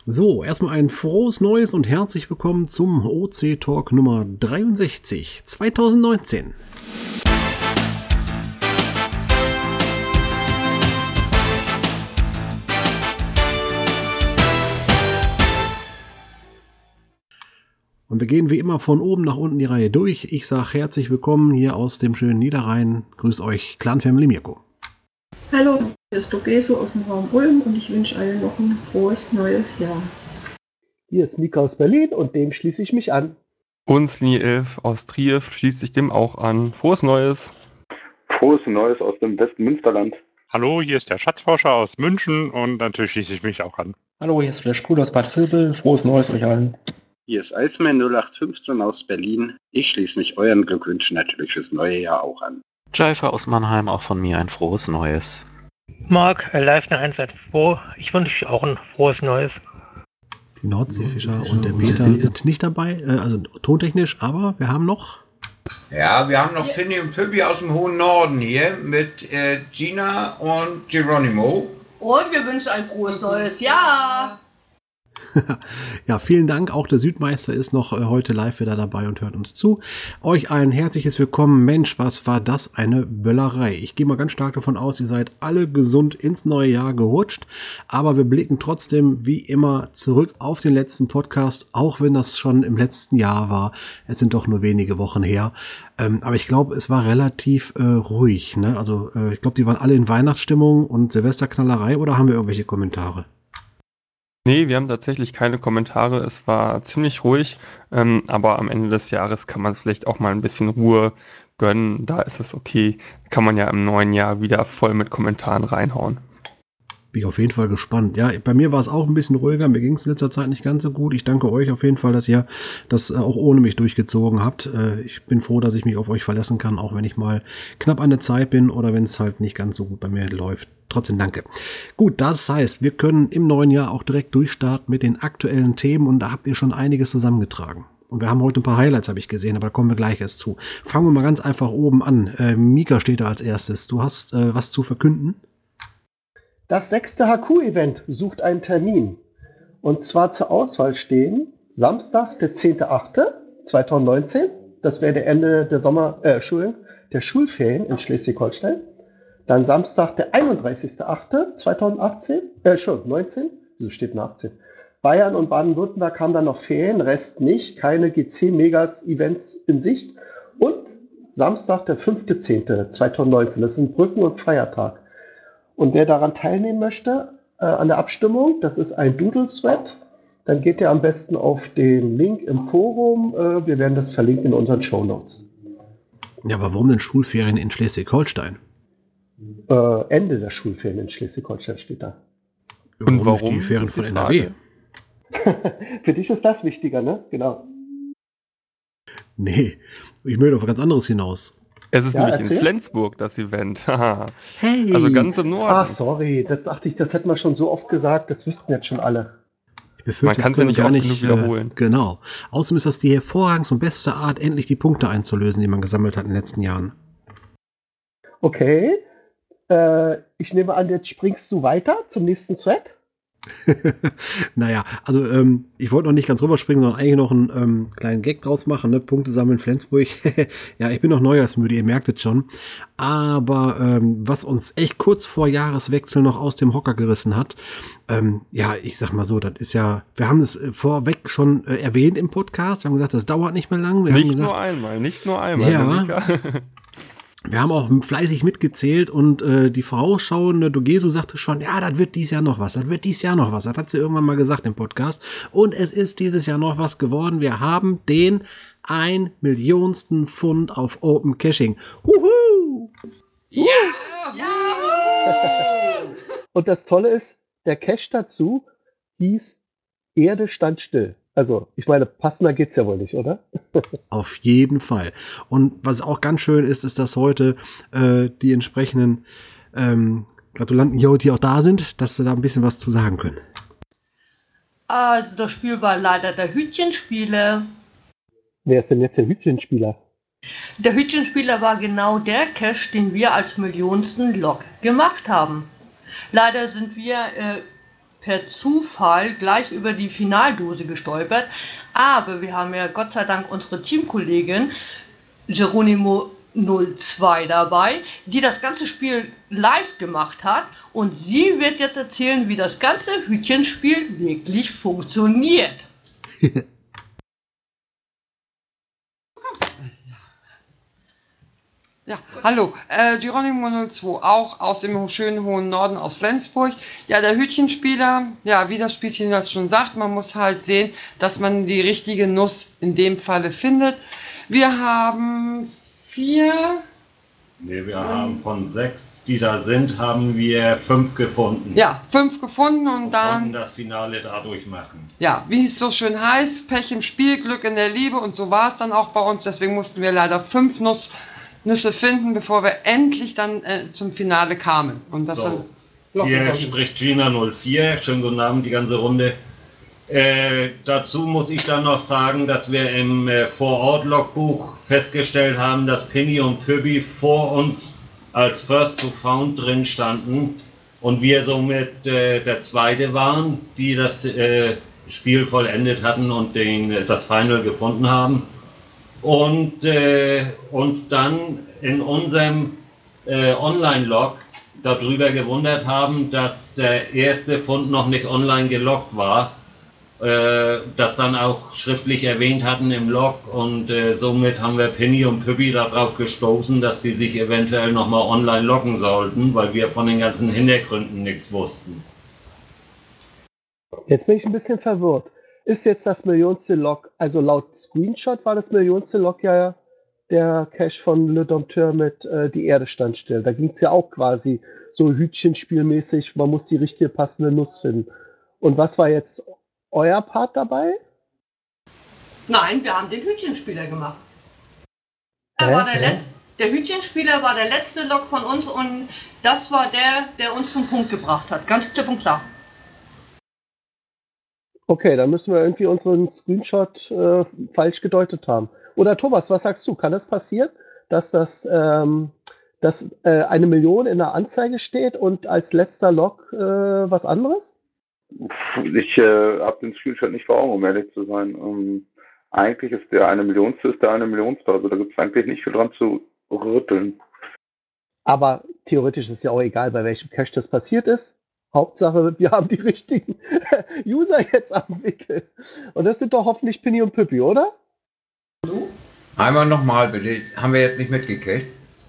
So, erstmal ein frohes Neues und herzlich willkommen zum OC Talk Nummer 63 2019. Und wir gehen wie immer von oben nach unten die Reihe durch. Ich sage herzlich willkommen hier aus dem schönen Niederrhein. Grüß euch, Clan Family Mirko. Hallo, hier ist Dogeso aus dem Raum Ulm und ich wünsche allen noch ein frohes neues Jahr. Hier ist Mika aus Berlin und dem schließe ich mich an. Und Sni11 aus Trier schließt sich dem auch an. Frohes Neues! Frohes Neues aus dem Westmünsterland. Hallo, hier ist der Schatzforscher aus München und natürlich schließe ich mich auch an. Hallo, hier ist Flash Cool aus Bad Vilbel. Frohes Neues euch allen. Hier ist Iceman 0815 aus Berlin. Ich schließe mich euren Glückwünschen natürlich fürs neue Jahr auch an. Jaifer aus Mannheim, auch von mir ein frohes Neues. Marc, Live 112, ich wünsche euch auch ein frohes Neues. Die Nordseefischer und der Peter sind nicht dabei, also tontechnisch, aber wir haben noch... Ja, wir haben noch Finny und Pippi aus dem hohen Norden hier mit Gina und Geronimo. Und wir wünschen ein frohes neues Jahr. Ja, vielen Dank. Auch der Südmeister ist noch heute live wieder dabei und hört uns zu. Euch allen herzliches Willkommen. Mensch, was war das eine Böllerei. Ich gehe mal ganz stark davon aus, ihr seid alle gesund ins neue Jahr gerutscht. Aber wir blicken trotzdem wie immer zurück auf den letzten Podcast, auch wenn das schon im letzten Jahr war. Es sind doch nur wenige Wochen her. Aber ich glaube, es war relativ ruhig. Ne? Also ich glaube, die waren alle in Weihnachtsstimmung und Silvesterknallerei, oder haben wir irgendwelche Kommentare? Nee, wir haben tatsächlich keine Kommentare. Es war ziemlich ruhig, aber am Ende des Jahres kann man vielleicht auch mal ein bisschen Ruhe gönnen. Da ist es okay. Kann man ja im neuen Jahr wieder voll mit Kommentaren reinhauen. Bin ich auf jeden Fall gespannt. Ja, bei mir war es auch ein bisschen ruhiger. Mir ging es in letzter Zeit nicht ganz so gut. Ich danke euch auf jeden Fall, dass ihr das auch ohne mich durchgezogen habt. Ich bin froh, dass ich mich auf euch verlassen kann, auch wenn ich mal knapp an der Zeit bin oder wenn es halt nicht ganz so gut bei mir läuft. Trotzdem danke. Gut, das heißt, wir können im neuen Jahr auch direkt durchstarten mit den aktuellen Themen und da habt ihr schon einiges zusammengetragen. Und wir haben heute ein paar Highlights, habe ich gesehen, aber da kommen wir gleich erst zu. Fangen wir mal ganz einfach oben an. Mika steht da als erstes. Du hast was zu verkünden? Das 6. HQ-Event sucht einen Termin. Und zwar zur Auswahl stehen Samstag, der 10.8.2019. Das wäre der Ende der der Schulferien in Schleswig-Holstein. Dann Samstag, der 31.8.2019. Wieso steht denn 18? Bayern und Baden-Württemberg haben dann noch Ferien, Rest nicht. Keine GC-Megas-Events in Sicht. Und Samstag, der 5.10.2019. Das ist ein Brücken- und Feiertag. Und wer daran teilnehmen möchte, an der Abstimmung, das ist ein Doodle-Thread, dann geht ihr am besten auf den Link im Forum. Wir werden das verlinken in unseren Shownotes. Ja, aber warum denn Schulferien in Schleswig-Holstein? Ende der Schulferien in Schleswig-Holstein steht da. Und warum? Die Ferien von NRW. Für dich ist das wichtiger, ne? Genau. Nee, ich möchte auf was ganz anderes hinaus. Es ist nämlich in Flensburg, das Event. Hey! Also ganz im Norden. Ach, sorry, das dachte ich, das hätten wir schon so oft gesagt, das wüssten jetzt schon alle. Ich befürchte, man kann es ja nicht oft genug wiederholen. Genau. Außerdem ist das die hervorragendste und beste Art, endlich die Punkte einzulösen, die man gesammelt hat in den letzten Jahren. Okay. Ich nehme an, jetzt springst du weiter zum nächsten Thread. Naja, also ich wollte noch nicht ganz rüberspringen, sondern eigentlich noch einen kleinen Gag draus machen, ne? Punkte sammeln Flensburg. Ja, ich bin noch neujahrsmüde, ihr merkt es schon. Aber was uns echt kurz vor Jahreswechsel noch aus dem Hocker gerissen hat, ja, ich sag mal so, das ist ja, wir haben es vorweg schon erwähnt im Podcast, wir haben gesagt, das dauert nicht mehr lang. Wir haben gesagt, nicht nur einmal. Ja. Wir haben auch fleißig mitgezählt und die Vorausschau, Dogeso sagte schon, ja, das wird dieses Jahr noch was, das hat sie irgendwann mal gesagt im Podcast. Und es ist dieses Jahr noch was geworden. Wir haben den 1 Millionsten Pfund auf Open Caching. Wuhu! Ja! Und das Tolle ist, der Cache dazu hieß Erde stand still. Also, ich meine, passender geht's ja wohl nicht, oder? Auf jeden Fall. Und was auch ganz schön ist, ist, dass heute die entsprechenden Gratulanten hier auch da sind, dass wir da ein bisschen was zu sagen können. Also, das Spiel war leider der Hütchenspieler. Wer ist denn jetzt der Hütchenspieler? Der Hütchenspieler war genau der Cache, den wir als millionsten Log gemacht haben. Leider sind wir per Zufall gleich über die Finaldose gestolpert. Aber wir haben ja Gott sei Dank unsere Teamkollegin Geronimo 02 dabei, die das ganze Spiel live gemacht hat. Und sie wird jetzt erzählen, wie das ganze Hütchenspiel wirklich funktioniert. Ja, hallo, Geronimo 02, auch aus dem schönen hohen Norden aus Flensburg. Ja, der Hütchenspieler, ja, wie das Spielchen das schon sagt, man muss halt sehen, dass man die richtige Nuss in dem Falle findet. Wir haben 4... Nee, wir haben von 6, die da sind, haben wir 5 gefunden. Ja, 5 gefunden und dann... konnten das Finale dadurch machen. Ja, wie es so schön heißt, Pech im Spiel, Glück in der Liebe und so war es dann auch bei uns. Deswegen mussten wir leider 5 Nüsse finden, bevor wir endlich dann zum Finale kamen. Und das So, dann hier spricht Gina 04. Schönen guten Abend, die ganze Runde. Dazu muss ich dann noch sagen, dass wir im Vor-Ort-Logbuch festgestellt haben, dass Penny und Pübbi vor uns als First to Found drin standen und wir somit der Zweite waren, die das Spiel vollendet hatten und das Final gefunden haben. Und uns dann in unserem Online-Log darüber gewundert haben, dass der erste Fund noch nicht online geloggt war, das dann auch schriftlich erwähnt hatten im Log und somit haben wir Penny und Püppi darauf gestoßen, dass sie sich eventuell nochmal online loggen sollten, weil wir von den ganzen Hintergründen nichts wussten. Jetzt bin ich ein bisschen verwirrt. Ist jetzt das millionste Log, also laut Screenshot war das millionste Log ja der Cache von Le Dompteur mit die Erde stand still. Da ging es ja auch quasi so Hütchenspielmäßig, man muss die richtige passende Nuss finden. Und was war jetzt euer Part dabei? Nein, wir haben den Hütchenspieler gemacht. Der Hütchenspieler war der letzte Log von uns und das war der uns zum Punkt gebracht hat. Ganz klipp und klar. Okay, dann müssen wir irgendwie unseren Screenshot falsch gedeutet haben. Oder Thomas, was sagst du? Kann das passieren, dass dass eine Million in der Anzeige steht und als letzter Log was anderes? Ich habe den Screenshot nicht vor Augen, um ehrlich zu sein. Eigentlich ist der eine Millionste, also da gibt es eigentlich nicht viel dran zu rütteln. Aber theoretisch ist ja auch egal, bei welchem Cache das passiert ist. Hauptsache, wir haben die richtigen User jetzt am Wickel. Und das sind doch hoffentlich Penny und Püppi, oder? Einmal nochmal bitte, haben wir jetzt nicht mitgekriegt?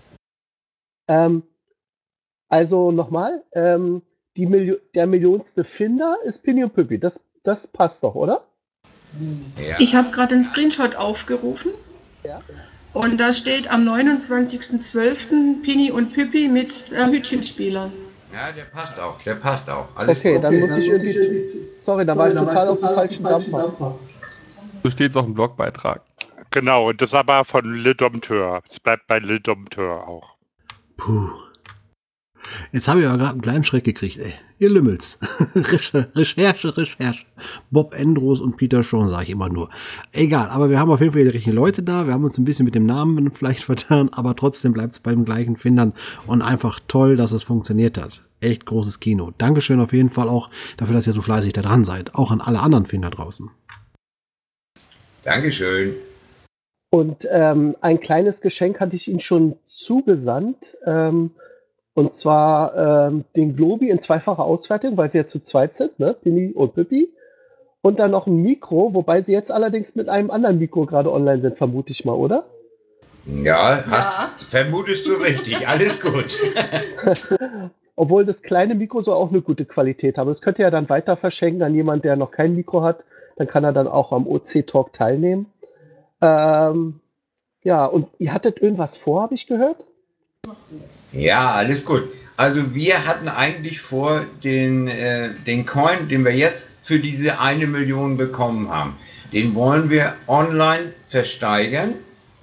Also nochmal, der millionste Finder ist Penny und Püppi. Das passt doch, oder? Ja. Ich habe gerade einen Screenshot aufgerufen. Ja. Und da steht am 29.12. Penny und Püppi mit Hütchenspielern. Ja, der passt auch. Alles okay, gut. dann muss ich irgendwie... Sorry, da war ich total auf dem falschen Dampfer. So steht es auch im Blogbeitrag. Genau, und das aber von Le Dompteur. Es bleibt bei Le Dompteur auch. Puh. Jetzt habe ich aber gerade einen kleinen Schreck gekriegt, ey. Ihr Lümmels. Recherche. Bob Andrews und Peter Shaw, sage ich immer nur. Egal, aber wir haben auf jeden Fall die richtigen Leute da. Wir haben uns ein bisschen mit dem Namen vielleicht vertan, aber trotzdem bleibt es bei den gleichen Findern. Und einfach toll, dass es funktioniert hat. Echt großes Kino. Dankeschön auf jeden Fall auch dafür, dass ihr so fleißig da dran seid. Auch an alle anderen Finder draußen. Dankeschön. Und ein kleines Geschenk hatte ich Ihnen schon zugesandt. Und zwar den Globi in zweifacher Ausfertigung, weil sie ja zu zweit sind, ne? Penny und Püppi. Und dann noch ein Mikro, wobei sie jetzt allerdings mit einem anderen Mikro gerade online sind, vermute ich mal, oder? Ja, vermutest du richtig. Alles gut. Obwohl das kleine Mikro soll auch eine gute Qualität haben. Das könnt ihr ja dann weiter verschenken an jemanden, der noch kein Mikro hat. Dann kann er dann auch am OC-Talk teilnehmen. Ja, und ihr hattet irgendwas vor, habe ich gehört? Ja, alles gut. Also wir hatten eigentlich vor, den Coin, den wir jetzt für diese 1 Million bekommen haben, den wollen wir online versteigern.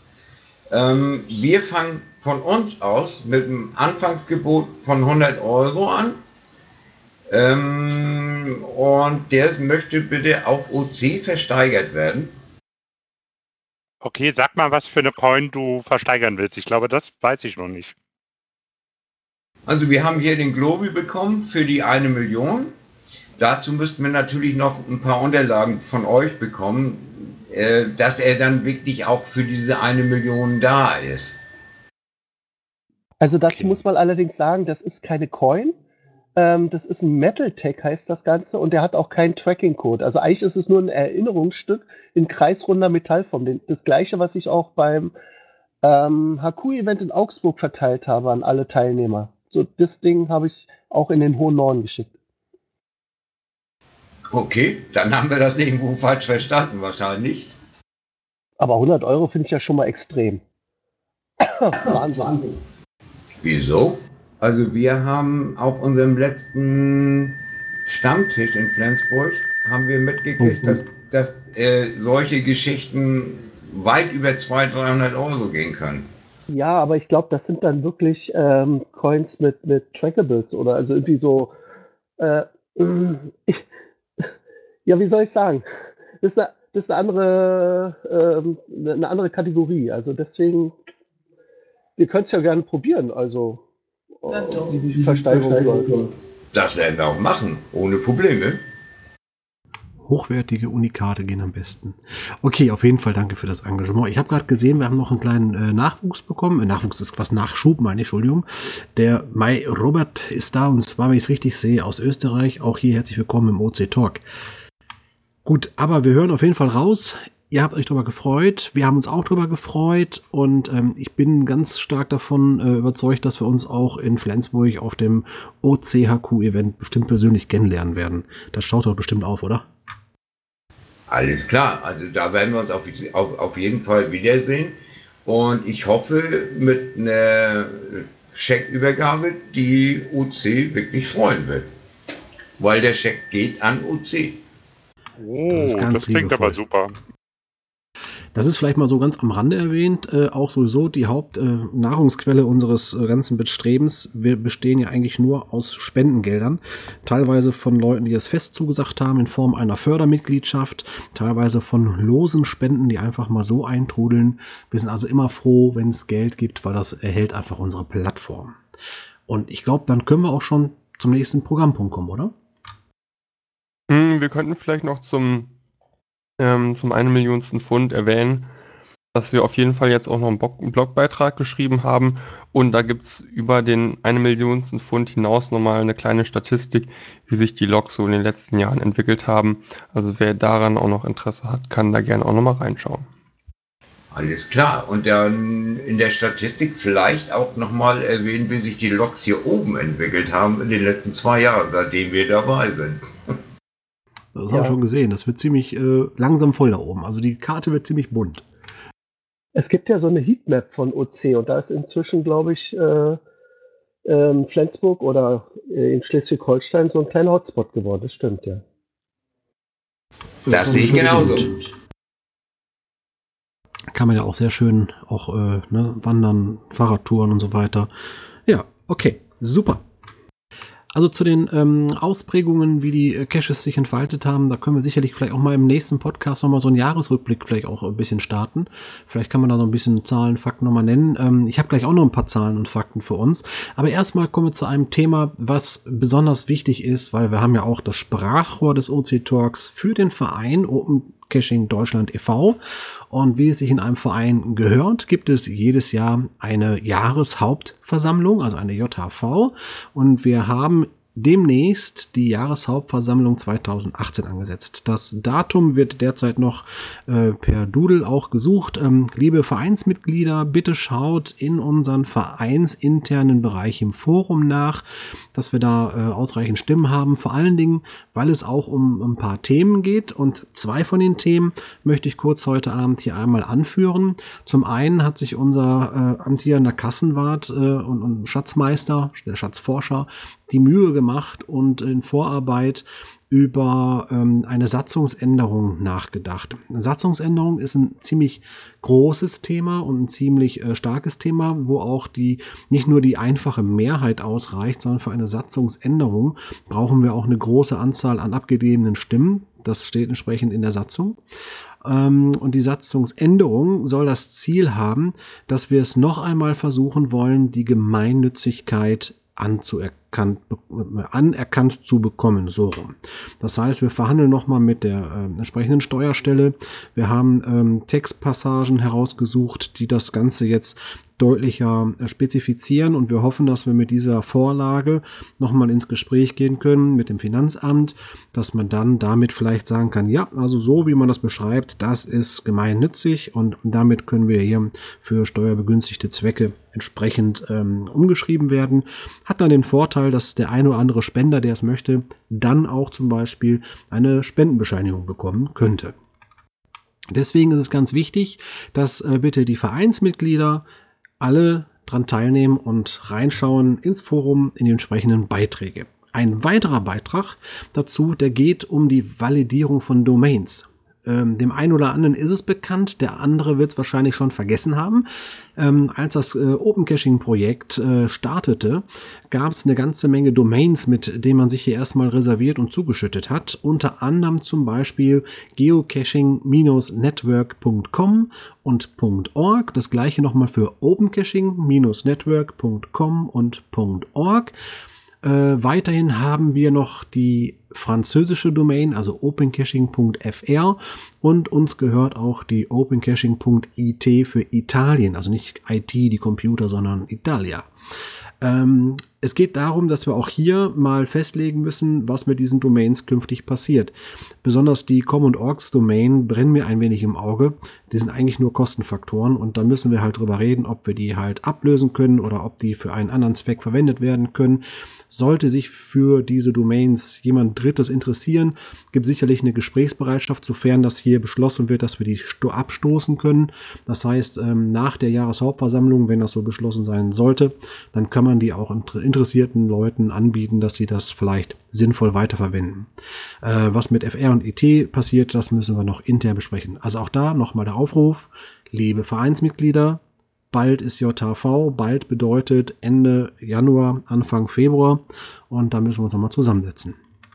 Wir fangen von uns aus mit einem Anfangsgebot von 100 Euro an. Und der möchte bitte auf OC versteigert werden. Okay, sag mal, was für eine Coin du versteigern willst. Ich glaube, das weiß ich noch nicht. Also wir haben hier den Globi bekommen für die 1 Million. dazu müssten wir natürlich noch ein paar Unterlagen von euch bekommen, dass er dann wirklich auch für diese 1 Million da ist. Also dazu muss man allerdings sagen, das ist keine Coin. Das ist ein Metal Tag, heißt das Ganze, und der hat auch keinen Tracking-Code. Also eigentlich ist es nur ein Erinnerungsstück in kreisrunder Metallform. Das gleiche, was ich auch beim HQ-Event in Augsburg verteilt habe an alle Teilnehmer. So, das Ding habe ich auch in den hohen Norden geschickt. Okay, dann haben wir das irgendwo falsch verstanden, wahrscheinlich. Aber 100 € finde ich ja schon mal extrem. Wahnsinn. Wieso? Also wir haben auf unserem letzten Stammtisch in Flensburg haben wir mitgekriegt, dass solche Geschichten weit über 200-300 € gehen können. Ja, aber ich glaube, das sind dann wirklich Coins mit Trackables oder also irgendwie so. Ja, wie soll ich sagen? Das ist eine andere Kategorie. Also deswegen, wir können es ja gerne probieren. Also wie die Versteigerung läuft. Das werden wir auch machen, ohne Probleme. Hochwertige Unikate gehen am besten. Okay, auf jeden Fall danke für das Engagement. Ich habe gerade gesehen, wir haben noch einen kleinen Nachwuchs bekommen. Nachwuchs ist was Nachschub, meine ich, Entschuldigung. Der Mai Robert ist da und zwar, wenn ich es richtig sehe, aus Österreich. Auch hier herzlich willkommen im OC Talk. Gut, aber wir hören auf jeden Fall raus. Ihr habt euch darüber gefreut, wir haben uns auch darüber gefreut und ich bin ganz stark davon überzeugt, dass wir uns auch in Flensburg auf dem OCHQ-Event bestimmt persönlich kennenlernen werden. Das schaut doch bestimmt auf, oder? Alles klar, also da werden wir uns auf jeden Fall wiedersehen und ich hoffe mit einer Scheckübergabe die OC wirklich freuen wird, weil der Scheck geht an OC. Das klingt aber super. Das ist vielleicht mal so ganz am Rande erwähnt, auch sowieso die Hauptnahrungsquelle unseres ganzen Bestrebens. Wir bestehen ja eigentlich nur aus Spendengeldern, teilweise von Leuten, die es fest zugesagt haben in Form einer Fördermitgliedschaft, teilweise von losen Spenden, die einfach mal so eintrudeln. Wir sind also immer froh, wenn es Geld gibt, weil das erhält einfach unsere Plattform. Und ich glaube, dann können wir auch schon zum nächsten Programmpunkt kommen, oder? Wir könnten vielleicht noch zum 1 Millionsten Pfund erwähnen, dass wir auf jeden Fall jetzt auch noch einen Blogbeitrag geschrieben haben und da gibt es über den 1 Millionsten Pfund hinaus nochmal eine kleine Statistik, wie sich die Logs so in den letzten Jahren entwickelt haben. Also wer daran auch noch Interesse hat, kann da gerne auch nochmal reinschauen. Alles klar. Und dann in der Statistik vielleicht auch nochmal erwähnen, wie sich die Logs hier oben entwickelt haben in den letzten 2 Jahren, seitdem wir dabei sind. Das haben wir schon gesehen. Das wird ziemlich langsam voll da oben. Also die Karte wird ziemlich bunt. Es gibt ja so eine Heatmap von OC und da ist inzwischen, glaube ich, Flensburg oder in Schleswig-Holstein so ein kleiner Hotspot geworden. Das stimmt, ja. Das sehe ich genauso. Kann man ja auch sehr schön auch wandern, Fahrradtouren und so weiter. Ja, okay, super. Also zu den Ausprägungen, wie die Caches sich entfaltet haben, da können wir sicherlich vielleicht auch mal im nächsten Podcast nochmal so einen Jahresrückblick vielleicht auch ein bisschen starten. Vielleicht kann man da noch ein bisschen Zahlen, Fakten nochmal nennen. Ich habe gleich auch noch ein paar Zahlen und Fakten für uns. Aber erstmal kommen wir zu einem Thema, was besonders wichtig ist, weil wir haben ja auch das Sprachrohr des OC Talks für den Verein Open Caching Deutschland e.V. Und wie es sich in einem Verein gehört, gibt es jedes Jahr eine Jahreshauptversammlung, also eine JHV. Und wir haben demnächst die Jahreshauptversammlung 2018 angesetzt. Das Datum wird derzeit noch per Doodle auch gesucht. Liebe Vereinsmitglieder, bitte schaut in unseren vereinsinternen Bereich im Forum nach, dass wir da ausreichend Stimmen haben. Vor allen Dingen, weil es auch um ein paar Themen geht. Und 2 von den Themen möchte ich kurz heute Abend hier einmal anführen. Zum einen hat sich unser amtierender Kassenwart und Schatzmeister, der Schatzforscher, die Mühe gemacht und in Vorarbeit über eine Satzungsänderung nachgedacht. Eine Satzungsänderung ist ein ziemlich großes Thema und ein ziemlich starkes Thema, wo auch nicht nur die einfache Mehrheit ausreicht, sondern für eine Satzungsänderung brauchen wir auch eine große Anzahl an abgegebenen Stimmen. Das steht entsprechend in der Satzung. Und die Satzungsänderung soll das Ziel haben, dass wir es noch einmal versuchen wollen, die Gemeinnützigkeit anerkannt zu bekommen, so rum. Das heißt, wir verhandeln nochmal mit der entsprechenden Steuerstelle. Wir haben Textpassagen herausgesucht, die das Ganze jetzt deutlicher spezifizieren, und wir hoffen, dass wir mit dieser Vorlage nochmal ins Gespräch gehen können mit dem Finanzamt, dass man dann damit vielleicht sagen kann, ja, also so wie man das beschreibt, das ist gemeinnützig, und damit können wir hier für steuerbegünstigte Zwecke entsprechend umgeschrieben werden. Hat dann den Vorteil, dass der ein oder andere Spender, der es möchte, dann auch zum Beispiel eine Spendenbescheinigung bekommen könnte. Deswegen ist es ganz wichtig, dass bitte die Vereinsmitglieder alle dran teilnehmen und reinschauen ins Forum in die entsprechenden Beiträge. Ein weiterer Beitrag dazu, der geht um die Validierung von Domains. Dem einen oder anderen ist es bekannt, der andere wird es wahrscheinlich schon vergessen haben. Als das Open Caching-Projekt startete, gab es eine ganze Menge Domains, mit denen man sich hier erstmal reserviert und zugeschüttet hat. Unter anderem zum Beispiel geocaching-network.com und .org. Das gleiche nochmal für opencaching-network.com und .org. Weiterhin haben wir noch die französische Domain, also opencaching.fr, und uns gehört auch die opencaching.it für Italien, also nicht IT, die Computer, sondern Italia. Es geht darum, dass wir auch hier mal festlegen müssen, was mit diesen Domains künftig passiert. Besonders die Com und Orgs Domain brennen mir ein wenig im Auge. Die sind eigentlich nur Kostenfaktoren, und da müssen wir halt drüber reden, ob wir die halt ablösen können oder ob die für einen anderen Zweck verwendet werden können. Sollte sich für diese Domains jemand Drittes interessieren, gibt sicherlich eine Gesprächsbereitschaft, sofern das hier beschlossen wird, dass wir die abstoßen können. Das heißt, nach der Jahreshauptversammlung, wenn das so beschlossen sein sollte, dann kann man die auch interessierten Leuten anbieten, dass sie das vielleicht sinnvoll weiterverwenden. Was mit FR und IT passiert, das müssen wir noch intern besprechen. Also auch da nochmal der Aufruf, liebe Vereinsmitglieder, bald ist JHV, bald bedeutet Ende Januar, Anfang Februar, und da müssen wir uns nochmal zusammensetzen.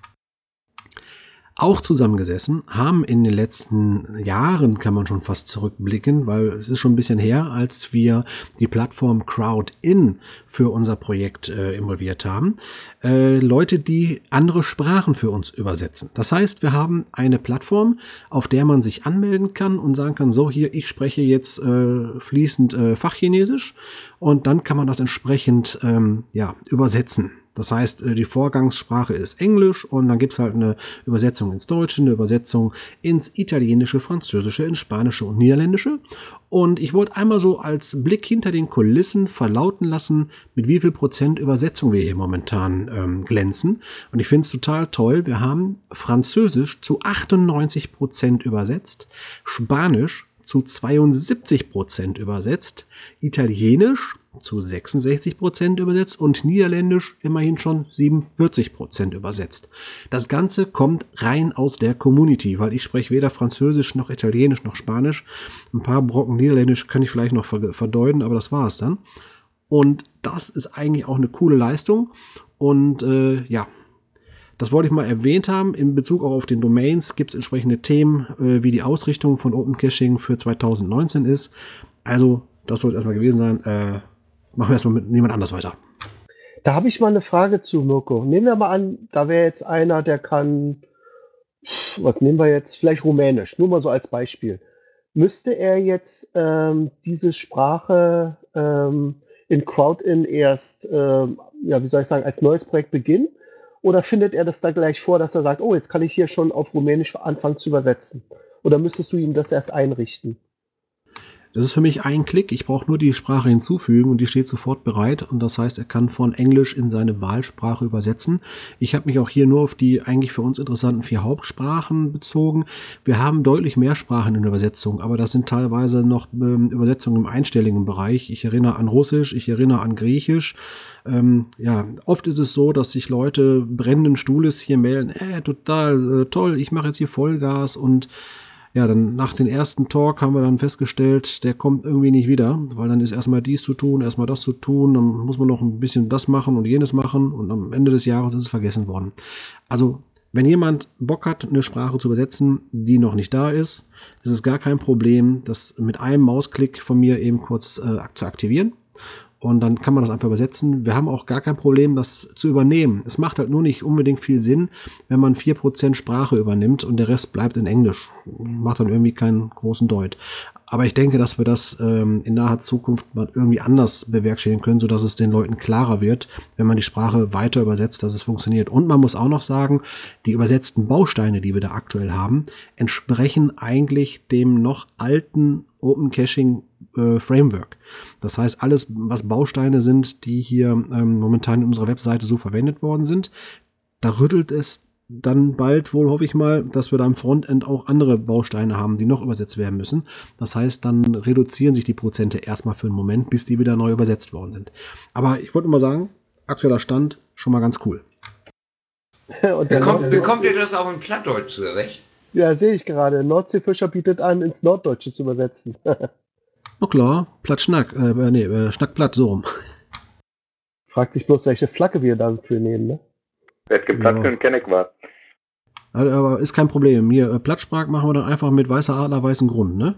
Auch zusammengesessen haben in den letzten Jahren, kann man schon fast zurückblicken, weil es ist schon ein bisschen her, als wir die Plattform Crowdin für unser Projekt involviert haben, Leute, die andere Sprachen für uns übersetzen. Das heißt, wir haben eine Plattform, auf der man sich anmelden kann und sagen kann, so hier, ich spreche jetzt fließend Fachchinesisch, und dann kann man das entsprechend übersetzen. Das heißt, die Vorgangssprache ist Englisch, und dann gibt's halt eine Übersetzung ins Deutsche, eine Übersetzung ins Italienische, Französische, ins Spanische und Niederländische. Und ich wollte einmal so als Blick hinter den Kulissen verlauten lassen, mit wie viel Prozent Übersetzung wir hier momentan glänzen. Und ich finde es total toll. Wir haben Französisch zu 98% übersetzt, Spanisch zu 72% übersetzt, Italienisch zu 66% übersetzt und Niederländisch immerhin schon 47% übersetzt. Das Ganze kommt rein aus der Community, weil ich spreche weder Französisch noch Italienisch noch Spanisch. Ein paar Brocken Niederländisch kann ich vielleicht noch verdeuten, aber das war es dann. Und das ist eigentlich auch eine coole Leistung. Und das wollte ich mal erwähnt haben. In Bezug auch auf den Domains gibt es entsprechende Themen, wie die Ausrichtung von Open Caching für 2019 ist. Also, das soll es erstmal gewesen sein. Machen wir erstmal mit niemand anders weiter. Da habe ich mal eine Frage zu, Mirko. Nehmen wir mal an, da wäre jetzt einer, der kann, was nehmen wir jetzt, vielleicht Rumänisch, nur mal so als Beispiel. Müsste er jetzt diese Sprache in Crowdin erst, als neues Projekt beginnen? Oder findet er das da gleich vor, dass er sagt, oh, jetzt kann ich hier schon auf Rumänisch anfangen zu übersetzen? Oder müsstest du ihm das erst einrichten? Das ist für mich ein Klick. Ich brauche nur die Sprache hinzufügen und die steht sofort bereit. Und das heißt, er kann von Englisch in seine Wahlsprache übersetzen. Ich habe mich auch hier nur auf die eigentlich für uns interessanten 4 Hauptsprachen bezogen. Wir haben deutlich mehr Sprachen in der Übersetzung, aber das sind teilweise noch Übersetzungen im einstelligen Bereich. Ich erinnere an Russisch, ich erinnere an Griechisch. Oft ist es so, dass sich Leute brennenden Stuhles hier melden, total toll, ich mache jetzt hier Vollgas, und ja, dann nach dem ersten Talk haben wir dann festgestellt, der kommt irgendwie nicht wieder, weil dann ist erstmal dies zu tun, erstmal das zu tun, dann muss man noch ein bisschen das machen und jenes machen, und am Ende des Jahres ist es vergessen worden. Also, wenn jemand Bock hat, eine Sprache zu übersetzen, die noch nicht da ist, ist es gar kein Problem, das mit einem Mausklick von mir eben kurz zu aktivieren. Und dann kann man das einfach übersetzen. Wir haben auch gar kein Problem, das zu übernehmen. Es macht halt nur nicht unbedingt viel Sinn, wenn man 4% Sprache übernimmt und der Rest bleibt in Englisch. Macht dann irgendwie keinen großen Deut. Aber ich denke, dass wir das in naher Zukunft mal irgendwie anders bewerkstelligen können, sodass es den Leuten klarer wird, wenn man die Sprache weiter übersetzt, dass es funktioniert. Und man muss auch noch sagen, die übersetzten Bausteine, die wir da aktuell haben, entsprechen eigentlich dem noch alten Open Caching Framework. Das heißt, alles, was Bausteine sind, die hier momentan in unserer Webseite so verwendet worden sind, da rüttelt es dann bald wohl, hoffe ich mal, dass wir da im Frontend auch andere Bausteine haben, die noch übersetzt werden müssen. Das heißt, dann reduzieren sich die Prozente erstmal für einen Moment, bis die wieder neu übersetzt worden sind. Aber ich wollte mal sagen, aktueller Stand, schon mal ganz cool. Bekommt ihr das auch in Plattdeutsch zurecht? Ja, sehe ich gerade. Nordseefischer bietet an, ins Norddeutsche zu übersetzen. Na klar, Platt-Schnack, Schnack-Platt, so rum. Fragt sich bloß, welche Flagge wir dann für nehmen, ne? Wer hat geplatt können, kenn ich was. Aber ist kein Problem. Hier, Plattsprach machen wir dann einfach mit weißer Adler, weißem Grund, ne?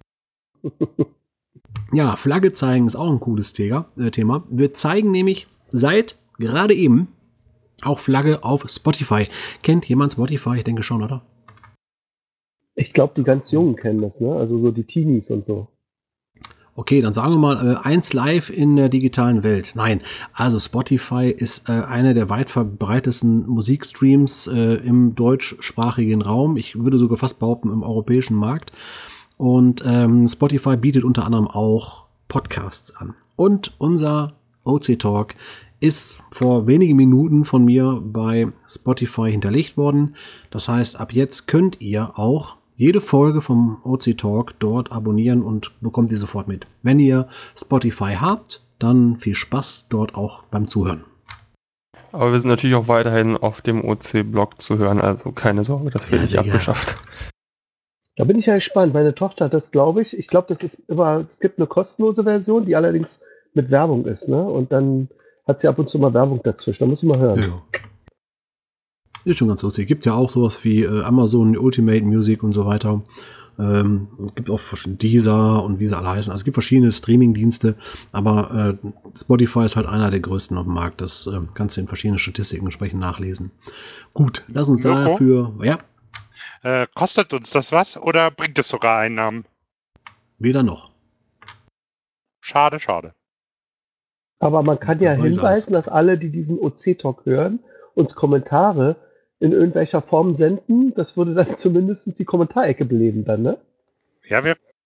Ja, Flagge zeigen ist auch ein cooles Thema. Wir zeigen nämlich seit gerade eben auch Flagge auf Spotify. Kennt jemand Spotify? Ich denke schon, oder? Ich glaube, die ganz Jungen kennen das, ne? Also so die Teenies und so. Okay, dann sagen wir mal, eins live in der digitalen Welt. Nein, also Spotify ist einer der weit verbreitetsten Musikstreams im deutschsprachigen Raum. Ich würde sogar fast behaupten, im europäischen Markt. Und Spotify bietet unter anderem auch Podcasts an. Und unser OC Talk ist vor wenigen Minuten von mir bei Spotify hinterlegt worden. Das heißt, ab jetzt könnt ihr auch jede Folge vom OC Talk dort abonnieren und bekommt die sofort mit. Wenn ihr Spotify habt, dann viel Spaß dort auch beim Zuhören. Aber wir sind natürlich auch weiterhin auf dem OC-Blog zu hören, also keine Sorge, das wird nicht abgeschafft. Da bin ich ja gespannt. Meine Tochter hat das, glaube ich. Ich glaube, das ist immer, es gibt eine kostenlose Version, die allerdings mit Werbung ist, ne? Und dann hat sie ab und zu mal Werbung dazwischen. Da muss ich mal hören. Ja. Ist schon ganz lustig. Gibt ja auch sowas wie Amazon Ultimate Music und so weiter. Gibt auch Deezer und wie sie alle heißen. Also es gibt verschiedene Streaming-Dienste, aber Spotify ist halt einer der größten auf dem Markt. Das kannst du in verschiedenen Statistiken entsprechend nachlesen. Gut, lass uns dafür, ja. Kostet uns das was oder bringt es sogar Einnahmen? Weder noch. Schade, schade. Aber man kann ja hinweisen, dass alle, die diesen OC-Talk hören, uns Kommentare in irgendwelcher Form senden. Das würde dann zumindest die Kommentarecke beleben dann, ne? Ja,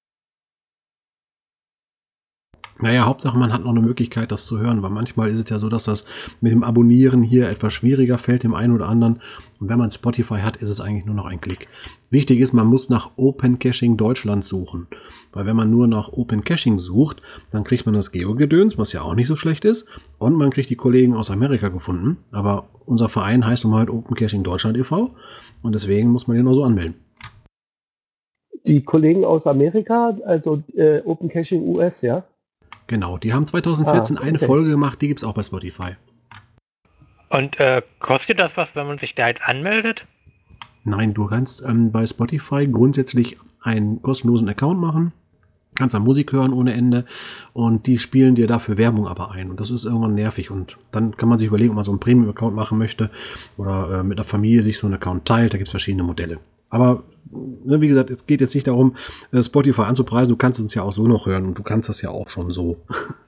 Naja, Hauptsache man hat noch eine Möglichkeit, das zu hören, weil manchmal ist es ja so, dass das mit dem Abonnieren hier etwas schwieriger fällt, dem einen oder anderen. Und wenn man Spotify hat, ist es eigentlich nur noch ein Klick. Wichtig ist, man muss nach Open Caching Deutschland suchen. Weil wenn man nur nach Open Caching sucht, dann kriegt man das Geo-Gedöns, was ja auch nicht so schlecht ist. Und man kriegt die Kollegen aus Amerika gefunden. Aber unser Verein heißt nun halt Open Caching Deutschland e.V. Und deswegen muss man den nur so anmelden. Die Kollegen aus Amerika, also Open Caching US, ja? Genau, die haben 2014 eine Folge gemacht, die gibt's auch bei Spotify. Und kostet das was, wenn man sich da halt anmeldet? Nein, du kannst bei Spotify grundsätzlich einen kostenlosen Account machen, kannst dann Musik hören ohne Ende und die spielen dir dafür Werbung aber ein und das ist irgendwann nervig und dann kann man sich überlegen, ob man so einen Premium-Account machen möchte oder mit der Familie sich so einen Account teilt, da gibt's verschiedene Modelle. Aber wie gesagt, es geht jetzt nicht darum, Spotify anzupreisen, du kannst uns ja auch so noch hören und du kannst das ja auch schon so.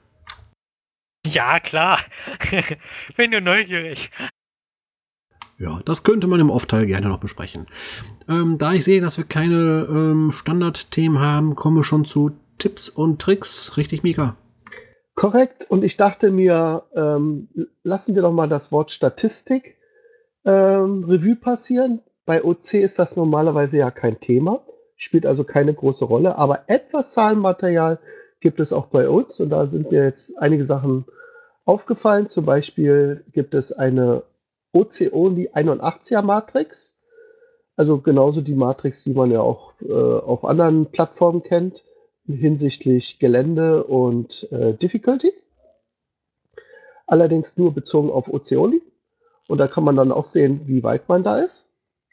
Ja, klar. Bin nur neugierig. Ja, das könnte man im Off-Teil gerne noch besprechen. Da ich sehe, dass wir keine Standardthemen haben, kommen wir schon zu Tipps und Tricks. Richtig, Mika? Korrekt. Und ich dachte mir, lassen wir doch mal das Wort Statistik Revue passieren. Bei OC ist das normalerweise ja kein Thema, spielt also keine große Rolle, aber etwas Zahlenmaterial gibt es auch bei uns und da sind mir jetzt einige Sachen aufgefallen. Zum Beispiel gibt es eine OC-Only 81er Matrix, also genauso die Matrix, die man ja auch auf anderen Plattformen kennt, hinsichtlich Gelände und Difficulty. Allerdings nur bezogen auf OC-Only und da kann man dann auch sehen, wie weit man da ist.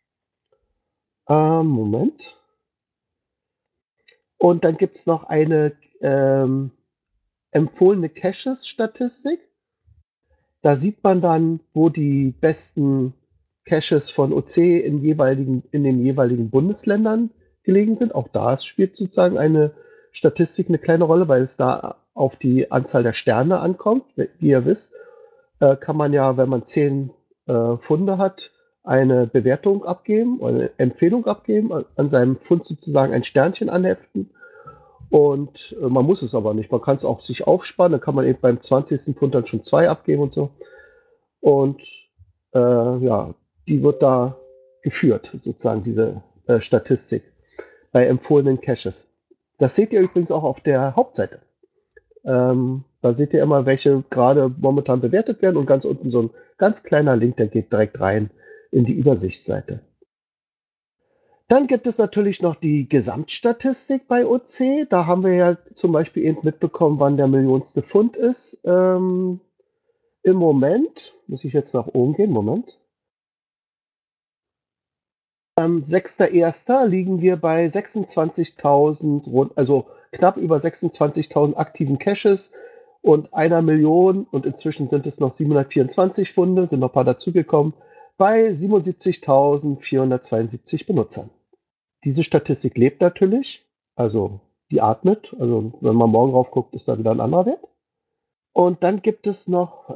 Moment. Und dann gibt es noch eine empfohlene Caches-Statistik. Da sieht man dann, wo die besten Caches von OC in den jeweiligen Bundesländern gelegen sind. Auch da spielt sozusagen eine Statistik eine kleine Rolle, weil es da auf die Anzahl der Sterne ankommt. Wie ihr wisst, kann man ja, wenn man 10 Funde hat, eine Bewertung abgeben oder eine Empfehlung abgeben, an seinem Fund sozusagen ein Sternchen anheften. Und man muss es aber nicht. Man kann es auch sich aufsparen. Dann kann man eben beim 20. Pfund dann schon 2 abgeben und so. Und ja, die wird da geführt, sozusagen, diese Statistik bei empfohlenen Caches. Das seht ihr übrigens auch auf der Hauptseite. Da seht ihr immer, welche gerade momentan bewertet werden und ganz unten so ein ganz kleiner Link, der geht direkt rein in die Übersichtsseite. Dann gibt es natürlich noch die Gesamtstatistik bei OC. Da haben wir ja zum Beispiel eben mitbekommen, wann der millionste Fund ist. Im Moment, muss ich jetzt nach oben gehen, Moment. Am 6.1. liegen wir bei 26.000, also knapp über 26.000 aktiven Caches und 1 Million, und inzwischen sind es noch 724 Funde, sind noch ein paar dazugekommen, bei 77.472 Benutzern. Diese Statistik lebt natürlich, also die atmet, also wenn man morgen drauf guckt, ist da wieder ein anderer Wert. Und dann gibt es noch,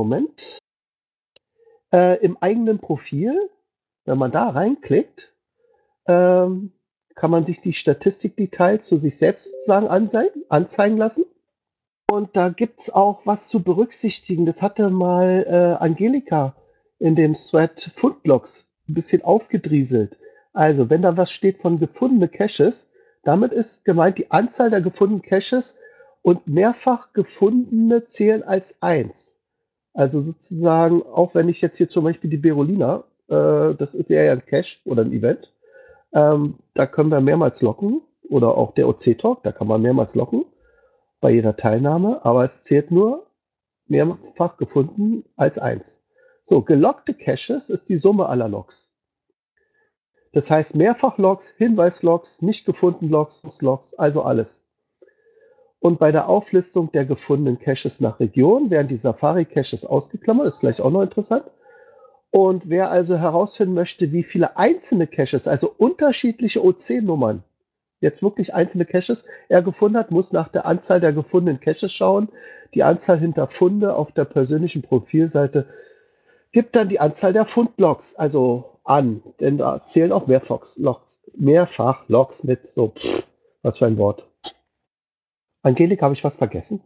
im eigenen Profil, wenn man da reinklickt, kann man sich die Statistikdetails zu sich selbst sozusagen anzeigen lassen. Und da gibt es auch was zu berücksichtigen. Das hatte mal Angelika in dem Thread Fundlogs ein bisschen aufgedrieselt. Also, wenn da was steht von gefundene Caches, damit ist gemeint die Anzahl der gefundenen Caches und mehrfach gefundene zählen als 1. Also sozusagen, auch wenn ich jetzt hier zum Beispiel die Berolina, das wäre ja ein Cache oder ein Event, da können wir mehrmals locken, oder auch der OC-Talk, da kann man mehrmals locken bei jeder Teilnahme, aber es zählt nur mehrfach gefunden als 1. So, gelockte Caches ist die Summe aller Logs. Das heißt Mehrfach-Logs, Hinweis-Logs, nicht gefunden Logs, also alles. Und bei der Auflistung der gefundenen Caches nach Region werden die Safari-Caches ausgeklammert, ist vielleicht auch noch interessant. Und wer also herausfinden möchte, wie viele einzelne Caches, also unterschiedliche OC-Nummern, jetzt wirklich einzelne Caches er gefunden hat, muss nach der Anzahl der gefundenen Caches schauen. Die Anzahl hinter Funde auf der persönlichen Profilseite gibt dann die Anzahl der Fundlogs also an, denn da zählen auch Mehrfach-Logs mit. So, was für ein Wort. Angelika, habe ich was vergessen?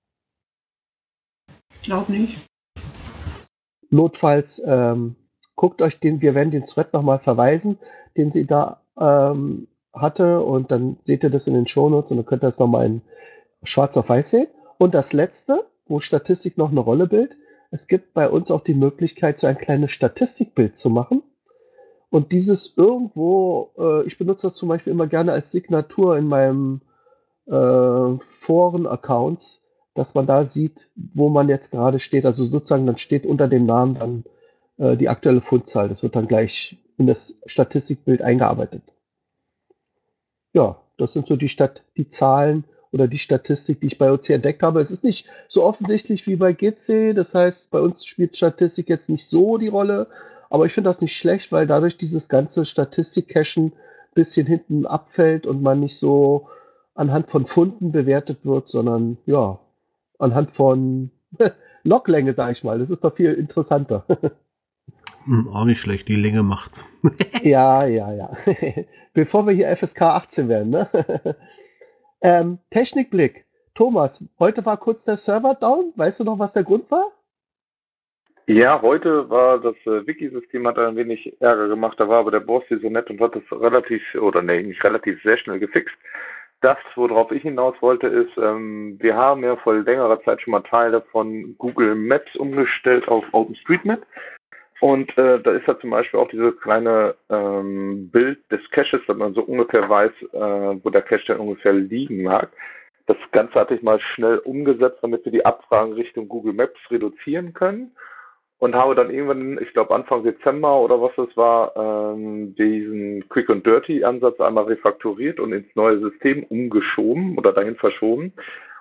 Ich glaube nicht. Notfalls guckt euch wir werden den Thread nochmal verweisen, den sie da hatte, und dann seht ihr das in den Shownotes und dann könnt ihr das nochmal in schwarz auf weiß sehen. Und das letzte, wo Statistik noch eine Rolle spielt, es gibt bei uns auch die Möglichkeit, so ein kleines Statistikbild zu machen. Und dieses irgendwo, ich benutze das zum Beispiel immer gerne als Signatur in meinem Foren-Accounts, dass man da sieht, wo man jetzt gerade steht. Also sozusagen, dann steht unter dem Namen dann die aktuelle Fundzahl. Das wird dann gleich in das Statistikbild eingearbeitet. Ja, das sind so die Zahlen oder die Statistik, die ich bei OC entdeckt habe. Es ist nicht so offensichtlich wie bei GC. Das heißt, bei uns spielt Statistik jetzt nicht so die Rolle. Aber ich finde das nicht schlecht, weil dadurch dieses ganze Statistik-Cachen ein bisschen hinten abfällt und man nicht so anhand von Funden bewertet wird, sondern ja, anhand von Loglänge, sage ich mal. Das ist doch viel interessanter. Auch nicht schlecht, die Länge macht's. Ja. Bevor wir hier FSK 18 werden, ne? Technikblick. Thomas, heute war kurz der Server down. Weißt du noch, was der Grund war? Ja, heute war das Wiki-System, hat ein wenig Ärger gemacht. Da war aber der Boss hier so nett und hat das sehr schnell gefixt. Das, worauf ich hinaus wollte, ist, wir haben ja vor längerer Zeit schon mal Teile von Google Maps umgestellt auf OpenStreetMap. Und da ist ja zum Beispiel auch dieses kleine Bild des Caches, dass man so ungefähr weiß, wo der Cache dann ungefähr liegen mag. Das Ganze hatte ich mal schnell umgesetzt, damit wir die Abfragen Richtung Google Maps reduzieren können. Und habe dann irgendwann, ich glaube Anfang Dezember oder was das war, diesen Quick and Dirty Ansatz einmal refakturiert und ins neue System umgeschoben oder dahin verschoben.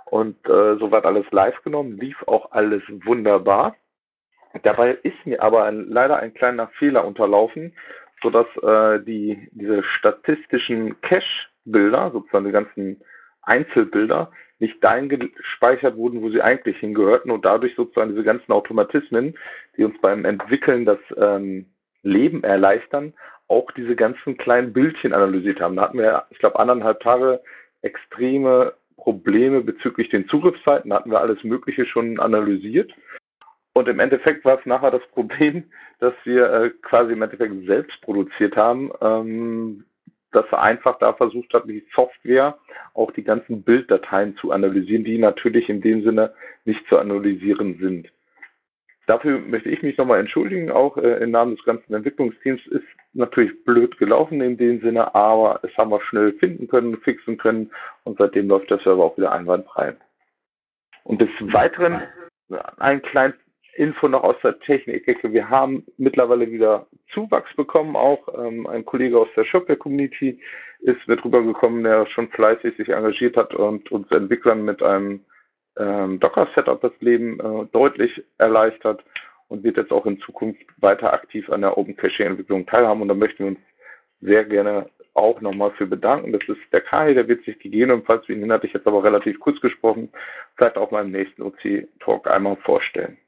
und soweit alles live genommen, lief auch alles wunderbar. Dabei ist mir aber leider ein kleiner Fehler unterlaufen, sodass diese statistischen Cache-Bilder, sozusagen die ganzen Einzelbilder, nicht dahin gespeichert wurden, wo sie eigentlich hingehörten und dadurch sozusagen diese ganzen Automatismen, die uns beim Entwickeln das Leben erleichtern, auch diese ganzen kleinen Bildchen analysiert haben. Da hatten wir, ich glaube, 1,5 Tage extreme Probleme bezüglich den Zugriffszeiten. Da hatten wir alles Mögliche schon analysiert. Und im Endeffekt war es nachher das Problem, dass wir quasi im Endeffekt selbst produziert haben, dass er einfach da versucht hat, die Software auch die ganzen Bilddateien zu analysieren, die natürlich in dem Sinne nicht zu analysieren sind. Dafür möchte ich mich nochmal entschuldigen, auch im Namen des ganzen Entwicklungsteams. Ist natürlich blöd gelaufen in dem Sinne, aber es haben wir schnell finden können, fixen können und seitdem läuft der Server auch wieder einwandfrei. Und des Weiteren ein kleines Info noch aus der Technik-Ecke. Wir haben mittlerweile wieder Zuwachs bekommen, auch ein Kollege aus der Shopware-Community wird rübergekommen, der schon fleißig sich engagiert hat und uns Entwicklern mit einem Docker-Setup das Leben deutlich erleichtert und wird jetzt auch in Zukunft weiter aktiv an der Open Caching-Entwicklung teilhaben. Und da möchten wir uns sehr gerne auch nochmal für bedanken. Das ist der Kai, der wird sich gegebenenfalls, für ihn hatte ich jetzt aber relativ kurz gesprochen, vielleicht auch mal im nächsten OC-Talk einmal vorstellen.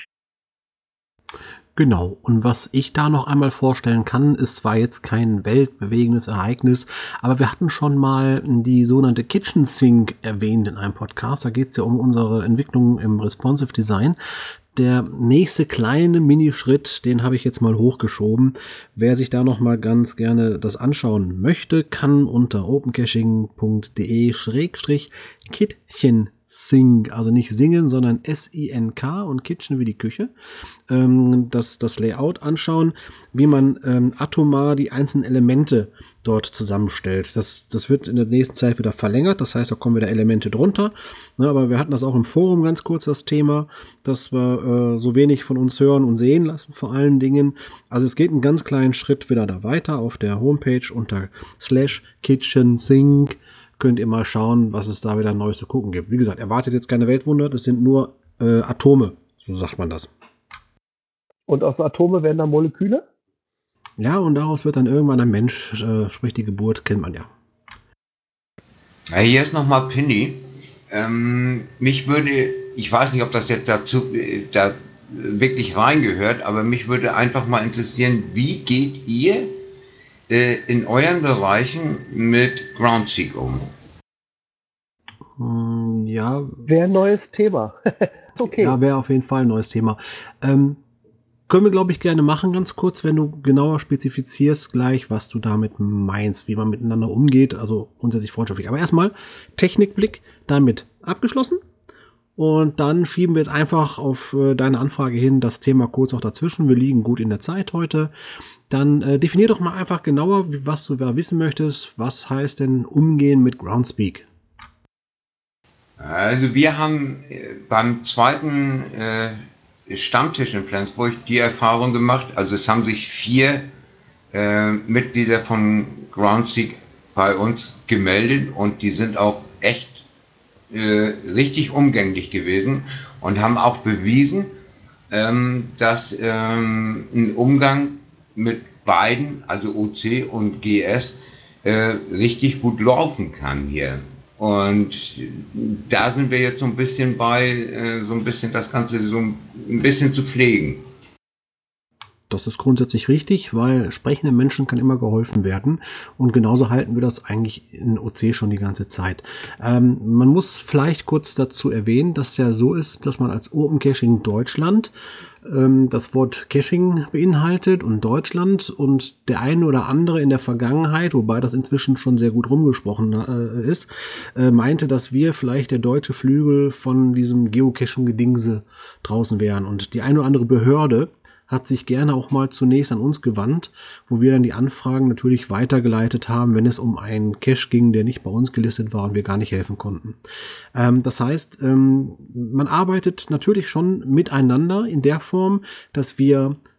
Genau, und was ich da noch einmal vorstellen kann, ist zwar jetzt kein weltbewegendes Ereignis, aber wir hatten schon mal die sogenannte Kitchen Sink erwähnt in einem Podcast. Da geht es ja um unsere Entwicklung im Responsive Design. Der nächste kleine Minischritt, den habe ich jetzt mal hochgeschoben. Wer sich da noch mal ganz gerne das anschauen möchte, kann unter opencaching.de/Kitchen Sink, also nicht singen, sondern S-I-N-K und Kitchen wie die Küche, das Layout anschauen, wie man atomar die einzelnen Elemente dort zusammenstellt. Das wird in der nächsten Zeit wieder verlängert, das heißt, da kommen wieder Elemente drunter, ne, aber wir hatten das auch im Forum ganz kurz, das Thema, dass wir so wenig von uns hören und sehen lassen vor allen Dingen. Also es geht einen ganz kleinen Schritt wieder da weiter auf der Homepage unter /Kitchen Sink. Könnt ihr mal schauen, was es da wieder Neues zu gucken gibt. Wie gesagt, erwartet jetzt keine Weltwunder, das sind nur Atome, so sagt man das. Und aus Atome werden dann Moleküle? Ja, und daraus wird dann irgendwann ein Mensch, sprich die Geburt, kennt man ja. Ja, hier ist nochmal Penny. Mich würde, ich weiß nicht, ob das jetzt da wirklich reingehört, aber mich würde einfach mal interessieren, wie geht ihr in euren Bereichen mit Groundseek um? Ja. Wäre ein neues Thema. Ist okay. Ja, wäre auf jeden Fall ein neues Thema. Können wir, glaube ich, gerne machen, ganz kurz, wenn du genauer spezifizierst gleich, was du damit meinst, wie man miteinander umgeht, also grundsätzlich freundschaftlich. Aber erstmal Technikblick damit abgeschlossen. Und dann schieben wir jetzt einfach auf deine Anfrage hin das Thema kurz auch dazwischen. Wir liegen gut in der Zeit heute. Dann definier doch mal einfach genauer, was du da wissen möchtest. Was heißt denn umgehen mit Groundspeak? Also wir haben beim zweiten Stammtisch in Flensburg die Erfahrung gemacht, also es haben sich 4 Mitglieder von Groundseek bei uns gemeldet und die sind auch echt richtig umgänglich gewesen und haben auch bewiesen, dass ein Umgang mit beiden, also OC und GS, richtig gut laufen kann hier. Und da sind wir jetzt so ein bisschen bei, so ein bisschen das Ganze so ein bisschen zu pflegen. Das ist grundsätzlich richtig, weil sprechenden Menschen kann immer geholfen werden. Und genauso halten wir das eigentlich in OC schon die ganze Zeit. Man muss vielleicht kurz dazu erwähnen, dass es ja so ist, dass man als Open Caching Deutschland das Wort Caching beinhaltet und Deutschland und der eine oder andere in der Vergangenheit, wobei das inzwischen schon sehr gut rumgesprochen ist, meinte, dass wir vielleicht der deutsche Flügel von diesem Geocaching-Gedingse draußen wären. Und die eine oder andere Behörde hat sich gerne auch mal zunächst an uns gewandt, wo wir dann die Anfragen natürlich weitergeleitet haben, wenn es um einen Cache ging, der nicht bei uns gelistet war und wir gar nicht helfen konnten. Das heißt, man arbeitet natürlich schon miteinander in der Form, dass wir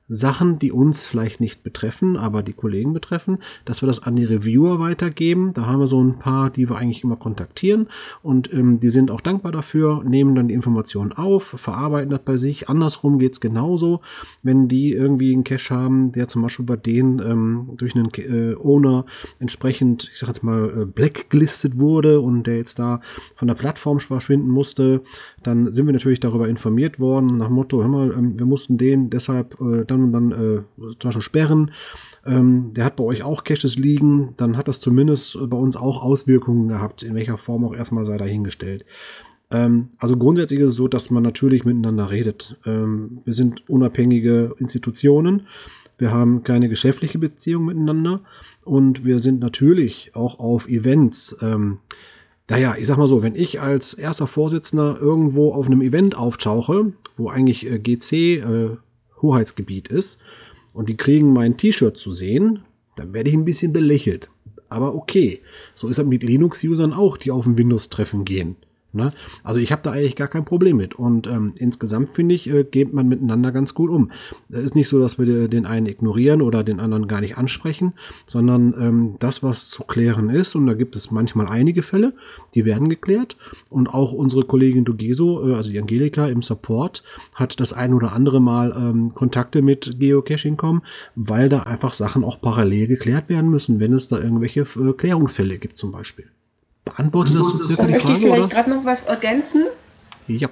Sachen, die uns vielleicht nicht betreffen, aber die Kollegen betreffen, dass wir das an die Reviewer weitergeben. Da haben wir so ein paar, die wir eigentlich immer kontaktieren und die sind auch dankbar dafür, nehmen dann die Informationen auf, verarbeiten das bei sich. Andersrum geht's genauso, wenn die irgendwie einen Cache haben, der zum Beispiel bei denen durch einen Owner entsprechend, ich sag jetzt mal, blacklistet wurde und der jetzt da von der Plattform verschwinden musste, dann sind wir natürlich darüber informiert worden, nach dem Motto, hör mal, wir mussten den deshalb dann und dann zum Beispiel sperren. Der hat bei euch auch Caches liegen, dann hat das zumindest bei uns auch Auswirkungen gehabt, in welcher Form auch erstmal sei dahingestellt. Also grundsätzlich ist es so, dass man natürlich miteinander redet. Wir sind unabhängige Institutionen, wir haben keine geschäftliche Beziehung miteinander und wir sind natürlich auch auf Events. Naja, ich sag mal so, wenn ich als erster Vorsitzender irgendwo auf einem Event auftauche, wo eigentlich GC Hoheitsgebiet ist und die kriegen mein T-Shirt zu sehen, dann werde ich ein bisschen belächelt. Aber okay, so ist das mit Linux-Usern auch, die auf ein Windows-Treffen gehen. Ne? Also ich habe da eigentlich gar kein Problem mit. Und insgesamt finde ich, geht man miteinander ganz gut um. Es ist nicht so, dass wir den einen ignorieren oder den anderen gar nicht ansprechen, sondern das, was zu klären ist, und da gibt es manchmal einige Fälle, die werden geklärt. Und auch unsere Kollegin Dogeso, also die Angelika im Support, hat das ein oder andere Mal Kontakte mit Geocaching.com, weil da einfach Sachen auch parallel geklärt werden müssen, wenn es da irgendwelche Klärungsfälle gibt zum Beispiel. Beantwortet das so circa die Frage, möchte ich vielleicht oder? gerade noch was ergänzen. Ja.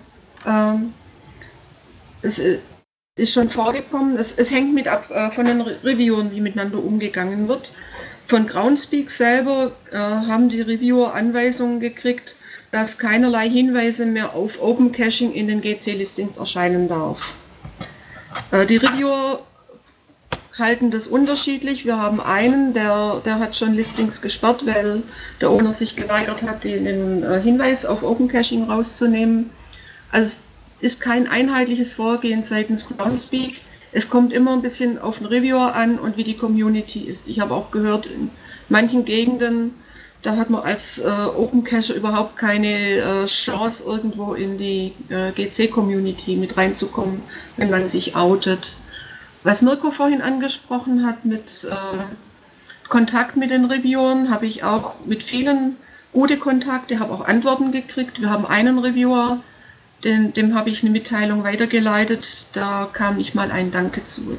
Es ist schon vorgekommen, es hängt mit ab von den Reviewern, wie miteinander umgegangen wird. Von Groundspeak selber haben die Reviewer Anweisungen gekriegt, dass keinerlei Hinweise mehr auf Open Caching in den GC-Listings erscheinen darf. Die Reviewer halten das unterschiedlich. Wir haben einen, der hat schon Listings gesperrt, weil der Owner sich geweigert hat, den Hinweis auf Open Caching rauszunehmen. Also es ist kein einheitliches Vorgehen seitens Groundspeak. Es kommt immer ein bisschen auf den Reviewer an und wie die Community ist. Ich habe auch gehört, in manchen Gegenden, da hat man als Open Cacher überhaupt keine Chance, irgendwo in die GC-Community mit reinzukommen, wenn man sich outet. Was Mirko vorhin angesprochen hat mit Kontakt mit den Reviewern, habe ich auch mit vielen gute Kontakte, habe auch Antworten gekriegt. Wir haben einen Reviewer, dem habe ich eine Mitteilung weitergeleitet, da kam nicht mal ein Danke zurück.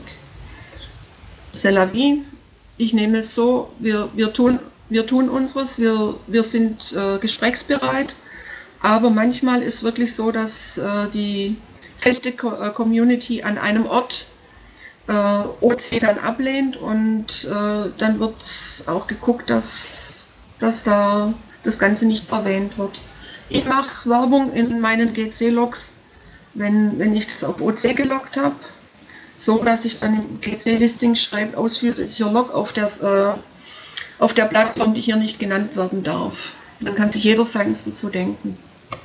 C'est la vie. Ich nehme es so, wir tun unseres, wir sind gesprächsbereit, aber manchmal ist wirklich so, dass die feste Community an einem Ort OC dann ablehnt und dann wird auch geguckt, dass da das Ganze nicht erwähnt wird. Ich mache Werbung in meinen GC-Logs, wenn ich das auf OC geloggt habe, so dass ich dann im GC-Listing schreibe, ausführlicher Log auf der Plattform, die hier nicht genannt werden darf. Dann kann sich jeder seins dazu denken.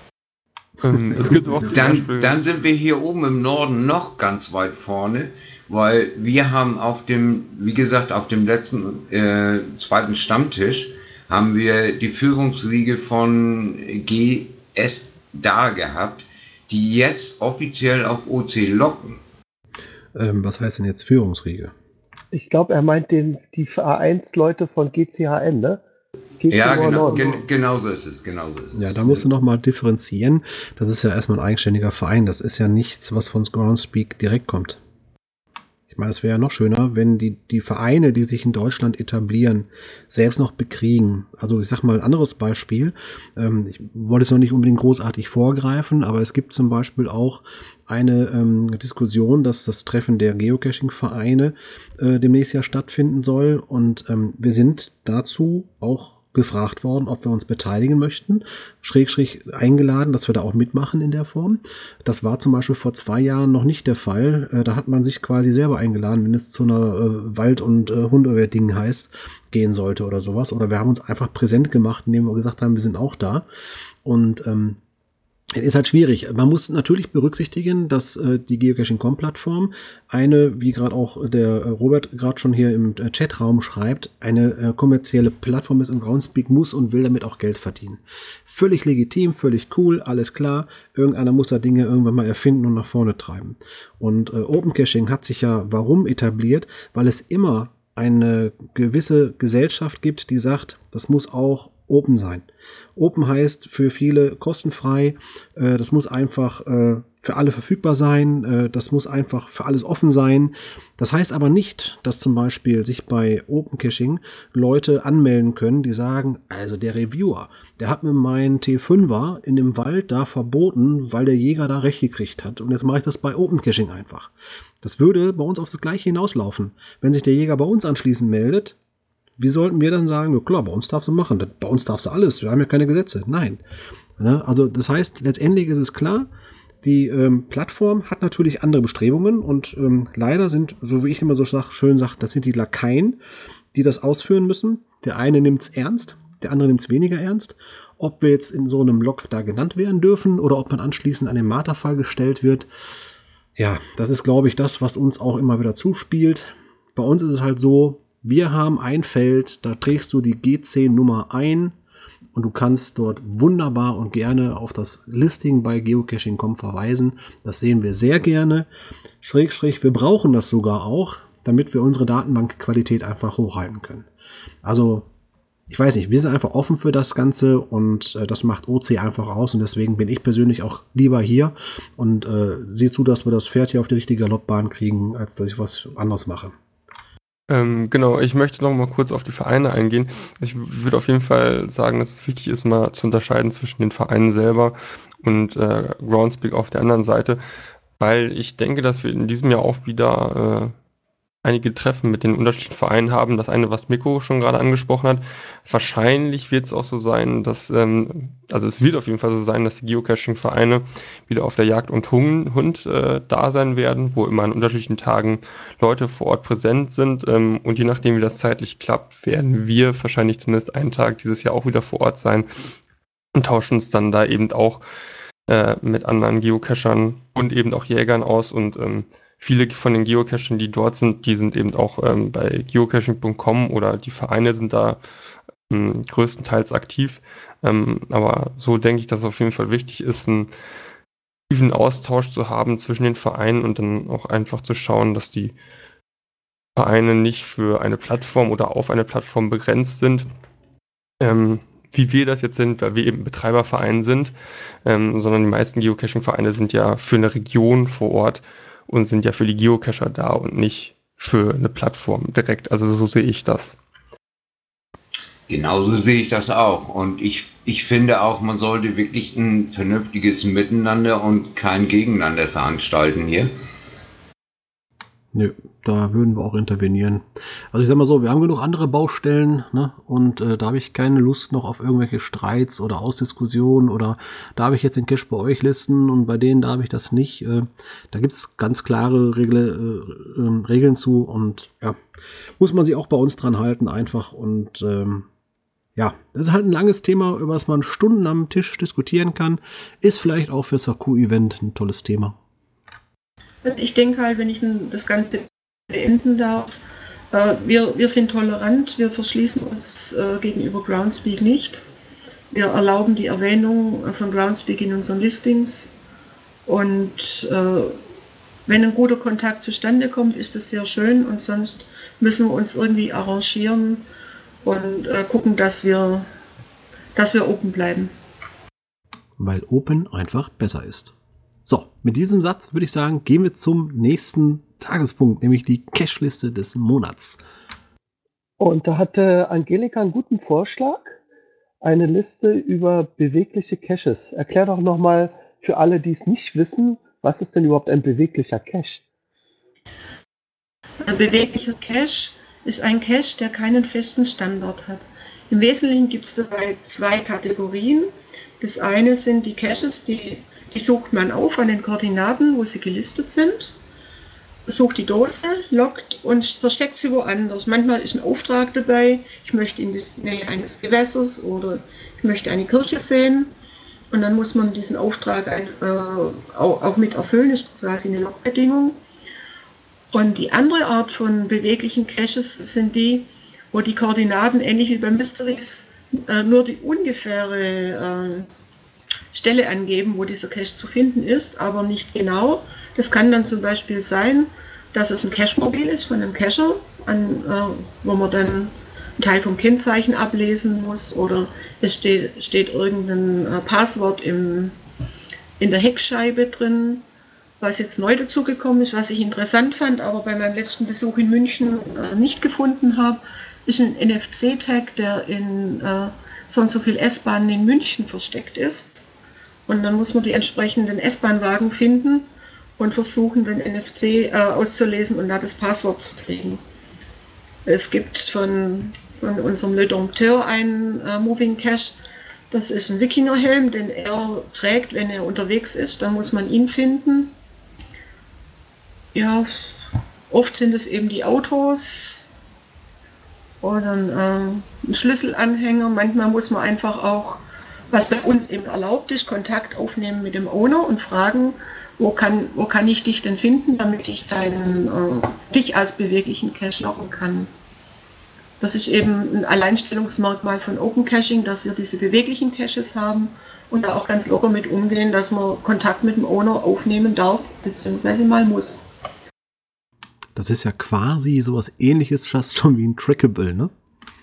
Es gibt auch dann sind wir hier oben im Norden noch ganz weit vorne, weil wir haben auf dem letzten, zweiten Stammtisch, haben wir die Führungsriege von GS da gehabt, die jetzt offiziell auf OC locken. Was heißt denn jetzt Führungsriege? Ich glaube, er meint die A1-Leute von GCHN, ne? Ja, genau so ist es. Ja, da musst du noch mal differenzieren. Das ist ja erstmal ein eigenständiger Verein. Das ist ja nichts, was von Groundspeak direkt kommt. Ich meine, es wäre ja noch schöner, wenn die Vereine, die sich in Deutschland etablieren, selbst noch bekriegen. Also ich sag mal ein anderes Beispiel. Ich wollte es noch nicht unbedingt großartig vorgreifen, aber es gibt zum Beispiel auch eine Diskussion, dass das Treffen der Geocaching-Vereine demnächst ja stattfinden soll. Und wir sind dazu auch gefragt worden, ob wir uns beteiligen möchten, schräg eingeladen, dass wir da auch mitmachen in der Form. Das war zum Beispiel vor 2 Jahren noch nicht der Fall. Da hat man sich quasi selber eingeladen, wenn es zu einer Wald- und Hundewehr-Ding heißt, gehen sollte oder sowas. Oder wir haben uns einfach präsent gemacht, indem wir gesagt haben, wir sind auch da. Und Es ist halt schwierig. Man muss natürlich berücksichtigen, dass die Geocaching.com-Plattform eine, wie gerade auch der Robert gerade schon hier im Chatraum schreibt, eine kommerzielle Plattform ist und Groundspeak muss und will damit auch Geld verdienen. Völlig legitim, völlig cool, alles klar. Irgendeiner muss da Dinge irgendwann mal erfinden und nach vorne treiben. Und Open Caching hat sich ja warum etabliert? Weil es immer eine gewisse Gesellschaft gibt, die sagt, das muss auch open sein. Open heißt für viele kostenfrei, das muss einfach für alle verfügbar sein, das muss einfach für alles offen sein. Das heißt aber nicht, dass zum Beispiel sich bei Open Caching Leute anmelden können, die sagen, also der Reviewer, der hat mir meinen T5er in dem Wald da verboten, weil der Jäger da Recht gekriegt hat. Und jetzt mache ich das bei Open Caching einfach. Das würde bei uns auf das Gleiche hinauslaufen. Wenn sich der Jäger bei uns anschließend meldet, wie sollten wir dann sagen, ja klar, bei uns darfst du machen, bei uns darfst du alles, wir haben ja keine Gesetze. Nein. Also das heißt, letztendlich ist es klar, die Plattform hat natürlich andere Bestrebungen und leider sind, so wie ich immer so schön sage, das sind die Lakaien, die das ausführen müssen. Der eine nimmt es ernst, der andere nimmt es weniger ernst. Ob wir jetzt in so einem Log da genannt werden dürfen oder ob man anschließend an den Marterfall gestellt wird, ja, das ist, glaube ich, das, was uns auch immer wieder zuspielt. Bei uns ist es halt so, wir haben ein Feld, da trägst du die GC-Nummer ein und du kannst dort wunderbar und gerne auf das Listing bei Geocaching.com verweisen. Das sehen wir sehr gerne. Schrägstrich, wir brauchen das sogar auch, damit wir unsere Datenbankqualität einfach hochhalten können. Also, ich weiß nicht, wir sind einfach offen für das Ganze und das macht OC einfach aus und deswegen bin ich persönlich auch lieber hier und sehe zu, dass wir das Pferd hier auf die richtige Galoppbahn kriegen, als dass ich was anderes mache. Genau, ich möchte noch mal kurz auf die Vereine eingehen. Ich würde auf jeden Fall sagen, dass es wichtig ist, mal zu unterscheiden zwischen den Vereinen selber und Groundspeak auf der anderen Seite, weil ich denke, dass wir in diesem Jahr auch wieder einige Treffen mit den unterschiedlichen Vereinen haben. Das eine, was Mikko schon gerade angesprochen hat. Wahrscheinlich wird es auch so sein, dass, also es wird auf jeden Fall so sein, dass die Geocaching-Vereine wieder auf der Jagd und Hund da sein werden, wo immer an unterschiedlichen Tagen Leute vor Ort präsent sind. Und je nachdem, wie das zeitlich klappt, werden wir wahrscheinlich zumindest einen Tag dieses Jahr auch wieder vor Ort sein und tauschen uns dann da eben auch mit anderen Geocachern und eben auch Jägern aus und viele von den Geocachern, die dort sind, die sind eben auch bei geocaching.com oder die Vereine sind da größtenteils aktiv. Aber so denke ich, dass es auf jeden Fall wichtig ist, einen aktiven Austausch zu haben zwischen den Vereinen und dann auch einfach zu schauen, dass die Vereine nicht für eine Plattform oder auf eine Plattform begrenzt sind, wie wir das jetzt sind, weil wir eben Betreiberverein sind, sondern die meisten Geocaching-Vereine sind ja für eine Region vor Ort und sind ja für die Geocacher da und nicht für eine Plattform direkt. Also so sehe ich das. Genauso sehe ich das auch. Und ich finde auch, man sollte wirklich ein vernünftiges Miteinander und kein Gegeneinander veranstalten hier. Nö, da würden wir auch intervenieren. Also ich sag mal so, wir haben genug andere Baustellen, ne? Und da habe ich keine Lust noch auf irgendwelche Streits oder Ausdiskussionen oder darf ich jetzt den Cache bei euch listen und bei denen darf ich das nicht. Da gibt's ganz klare Regeln zu und ja, muss man sich auch bei uns dran halten einfach und ja, das ist halt ein langes Thema, über das man Stunden am Tisch diskutieren kann. Ist vielleicht auch für das Q-Event ein tolles Thema. Ich denke halt, wenn ich das Ganze beenden darf, wir sind tolerant, wir verschließen uns gegenüber Groundspeak nicht. Wir erlauben die Erwähnung von Groundspeak in unseren Listings und wenn ein guter Kontakt zustande kommt, ist das sehr schön und sonst müssen wir uns irgendwie arrangieren und gucken, dass wir open bleiben. Weil open einfach besser ist. So, mit diesem Satz würde ich sagen, gehen wir zum nächsten Tagespunkt, nämlich die Cache-Liste des Monats. Und da hatte Angelika einen guten Vorschlag, eine Liste über bewegliche Caches. Erklär doch nochmal für alle, die es nicht wissen, was ist denn überhaupt ein beweglicher Cache? Ein beweglicher Cache ist ein Cache, der keinen festen Standort hat. Im Wesentlichen gibt es dabei zwei Kategorien. Das eine sind die Caches, die sucht man auf an den Koordinaten, wo sie gelistet sind, sucht die Dose, lockt und versteckt sie woanders. Manchmal ist ein Auftrag dabei, ich möchte in die Nähe eines Gewässers oder ich möchte eine Kirche sehen und dann muss man diesen Auftrag auch mit erfüllen, ist quasi eine Logbedingung. Und die andere Art von beweglichen Caches sind die, wo die Koordinaten ähnlich wie bei Mysteries nur die ungefähre Stelle angeben, wo dieser Cache zu finden ist, aber nicht genau. Das kann dann zum Beispiel sein, dass es ein Cache-Mobil ist von einem Cacher, wo man dann einen Teil vom Kennzeichen ablesen muss, oder es steht irgendein Passwort in der Heckscheibe drin, was jetzt neu dazugekommen ist, was ich interessant fand, aber bei meinem letzten Besuch in München nicht gefunden habe, ist ein NFC-Tag, der in so und so viel S-Bahnen in München versteckt ist. Und dann muss man die entsprechenden S-Bahn-Wagen finden und versuchen, den NFC auszulesen und da das Passwort zu kriegen. Es gibt von unserem Le Dompteur einen Moving Cache. Das ist ein Wikingerhelm, den er trägt, wenn er unterwegs ist. Dann muss man ihn finden. Ja, oft sind es eben die Autos oder ein Schlüsselanhänger. Manchmal muss man einfach auch, was bei uns eben erlaubt ist, Kontakt aufnehmen mit dem Owner und fragen, wo kann ich dich denn finden, damit ich dich als beweglichen Cache loggen kann. Das ist eben ein Alleinstellungsmerkmal von Open Caching, dass wir diese beweglichen Caches haben und da auch ganz locker mit umgehen, dass man Kontakt mit dem Owner aufnehmen darf, beziehungsweise mal muss. Das ist ja quasi sowas Ähnliches, fast schon wie ein Trackable, ne?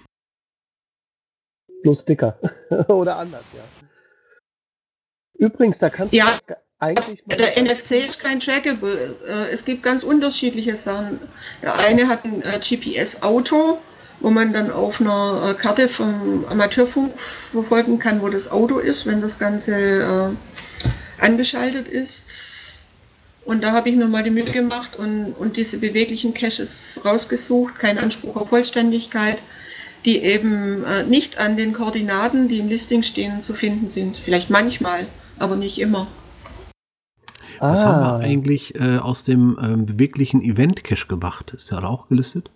Bloß dicker. Oder anders, ja. Übrigens, da kannst du eigentlich mal... Der NFC ist kein Trackable. Es gibt ganz unterschiedliche Sachen. Der eine hat ein GPS-Auto, wo man dann auf einer Karte vom Amateurfunk verfolgen kann, wo das Auto ist, wenn das Ganze angeschaltet ist. Und da habe ich mir mal die Mühe gemacht und diese beweglichen Caches rausgesucht, kein Anspruch auf Vollständigkeit, die eben nicht an den Koordinaten, die im Listing stehen, zu finden sind. Vielleicht manchmal, aber nicht immer. Was haben wir eigentlich aus dem beweglichen Event-Cache gemacht? Ist der auch gelistet?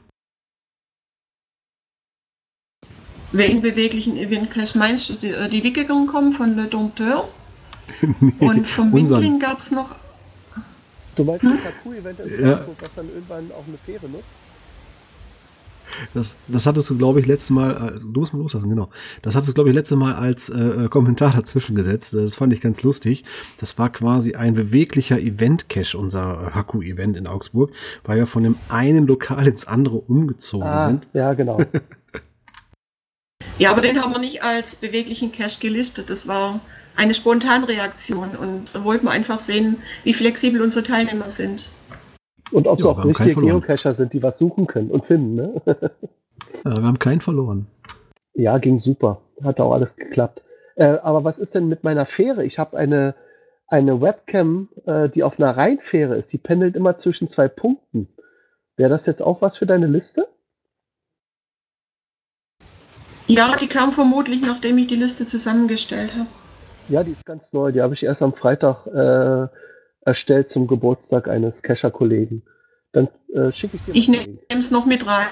Welchen beweglichen Event-Cache meinst du? Die Wikinger kommen von Le Dompteur? Nee, und vom Winkling gab es noch... Du meinst das Haku-Event in Salzburg, was dann irgendwann auch eine Fähre nutzt? Das hattest du, glaube ich, letztes Mal, du musst mal loslassen, genau. Das hattest du, glaube ich, letztes Mal als Kommentar dazwischen gesetzt. Das fand ich ganz lustig. Das war quasi ein beweglicher Event-Cache, unser Haku-Event in Augsburg, weil wir von dem einen Lokal ins andere umgezogen sind. Ja, genau. Ja, aber den haben wir nicht als beweglichen Cache gelistet. Das war eine Spontanreaktion und da wollten wir einfach sehen, wie flexibel unsere Teilnehmer sind. Und ob es auch richtige Geocacher sind, die was suchen können und finden, ne? Wir haben keinen verloren. Ja, ging super. Hat auch alles geklappt. Aber was ist denn mit meiner Fähre? Ich habe eine Webcam, die auf einer Rheinfähre ist. Die pendelt immer zwischen 2 Punkten. Wäre das jetzt auch was für deine Liste? Ja, die kam vermutlich, nachdem ich die Liste zusammengestellt habe. Ja, die ist ganz neu. Die habe ich erst am Freitag erstellt zum Geburtstag eines Cacher-Kollegen. Dann schicke ich dir Ich nehme es noch mit rein.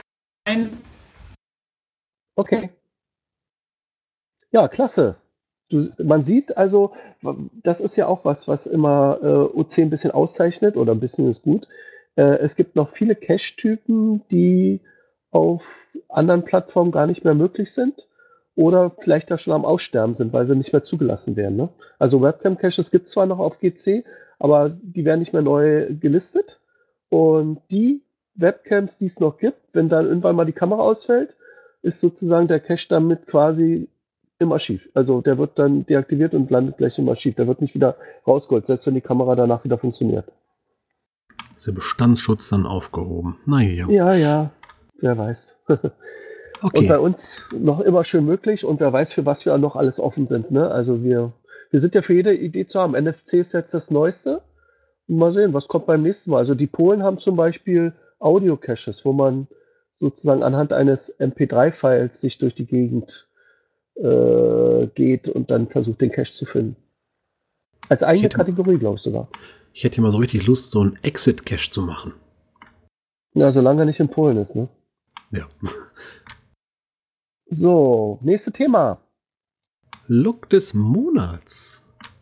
Okay. Ja, klasse. Man sieht also, das ist ja auch was immer OC ein bisschen auszeichnet, oder ein bisschen ist gut. Es gibt noch viele Cache-Typen, die auf anderen Plattformen gar nicht mehr möglich sind oder vielleicht da schon am Aussterben sind, weil sie nicht mehr zugelassen werden. Ne? Also Webcam-Caches gibt es zwar noch auf GC, aber die werden nicht mehr neu gelistet. Und die Webcams, die es noch gibt, wenn dann irgendwann mal die Kamera ausfällt, ist sozusagen der Cache damit quasi im Archiv. Also der wird dann deaktiviert und landet gleich im Archiv. Der wird nicht wieder rausgeholt, selbst wenn die Kamera danach wieder funktioniert. Ist der Bestandsschutz dann aufgehoben? Naja. Ja, wer weiß. Okay. Und bei uns noch immer schön möglich und wer weiß, für was wir noch alles offen sind. Ne? Also wir sind ja für jede Idee zu haben. NFC ist jetzt das Neueste. Mal sehen, was kommt beim nächsten Mal. Also die Polen haben zum Beispiel Audio-Caches, wo man sozusagen anhand eines MP3-Files sich durch die Gegend geht und dann versucht, den Cache zu finden. Als eigene Kategorie, glaube ich sogar. Ich hätte mal so richtig Lust, so einen Exit-Cache zu machen. Ja, solange er nicht in Polen ist, ne? Ja. So, nächstes Thema. Look des Monats.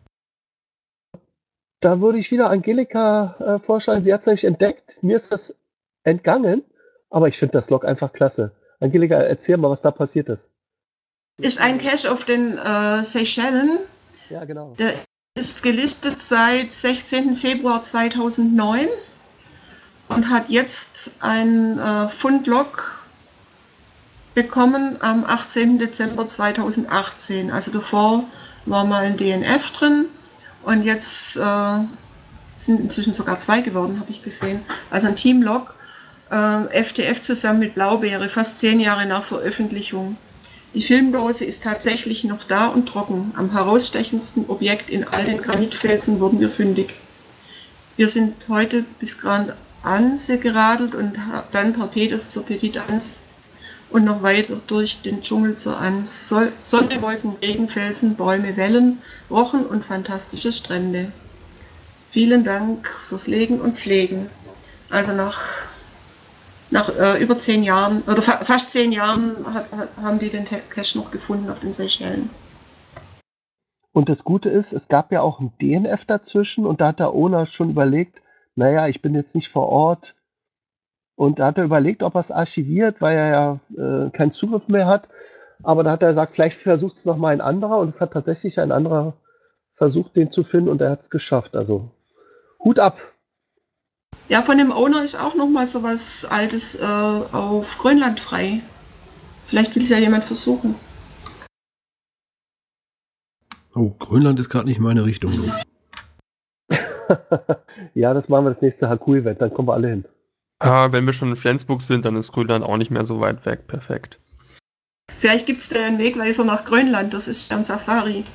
Da würde ich wieder Angelika vorschlagen. Sie hat es nämlich entdeckt. Mir ist das entgangen. Aber ich finde das Log einfach klasse. Angelika, erzähl mal, was da passiert ist. Ist ein Cache auf den Seychellen. Ja, genau. Der ist gelistet seit 16. Februar 2009 und hat jetzt ein Fundlog bekommen am 18. Dezember 2018. Also davor war mal ein DNF drin und jetzt sind inzwischen sogar 2 geworden, habe ich gesehen. Also ein Teamlog, FTF zusammen mit Blaubeere, fast 10 Jahre nach Veröffentlichung. Die Filmdose ist tatsächlich noch da und trocken. Am herausstechendsten Objekt in all den Granitfelsen wurden wir fündig. Wir sind heute bis Grand Anse geradelt und dann per Peters zur Petite Anse und noch weiter durch den Dschungel zur Anse. Sonne, Wolken, Regenfelsen, Bäume, Wellen, Rochen und fantastische Strände. Vielen Dank fürs Legen und Pflegen. Also nach über 10 Jahren, oder fast 10 Jahren haben die den Cache noch gefunden auf den Seychellen. Und das Gute ist, es gab ja auch ein DNF dazwischen und da hat der Owner schon überlegt, naja, ich bin jetzt nicht vor Ort. Und da hat er überlegt, ob er es archiviert, weil er ja keinen Zugriff mehr hat. Aber da hat er gesagt, vielleicht versucht es nochmal ein anderer und es hat tatsächlich ein anderer versucht, den zu finden und er hat es geschafft. Also Hut ab. Ja, von dem Owner ist auch noch mal so was Altes auf Grönland frei. Vielleicht will es ja jemand versuchen. Oh, Grönland ist gerade nicht meine Richtung. Ja, das machen wir das nächste HQ-Event, dann kommen wir alle hin. Wenn wir schon in Flensburg sind, dann ist Grönland auch nicht mehr so weit weg. Perfekt. Vielleicht gibt es da einen Wegweiser nach Grönland, das ist ein Safari.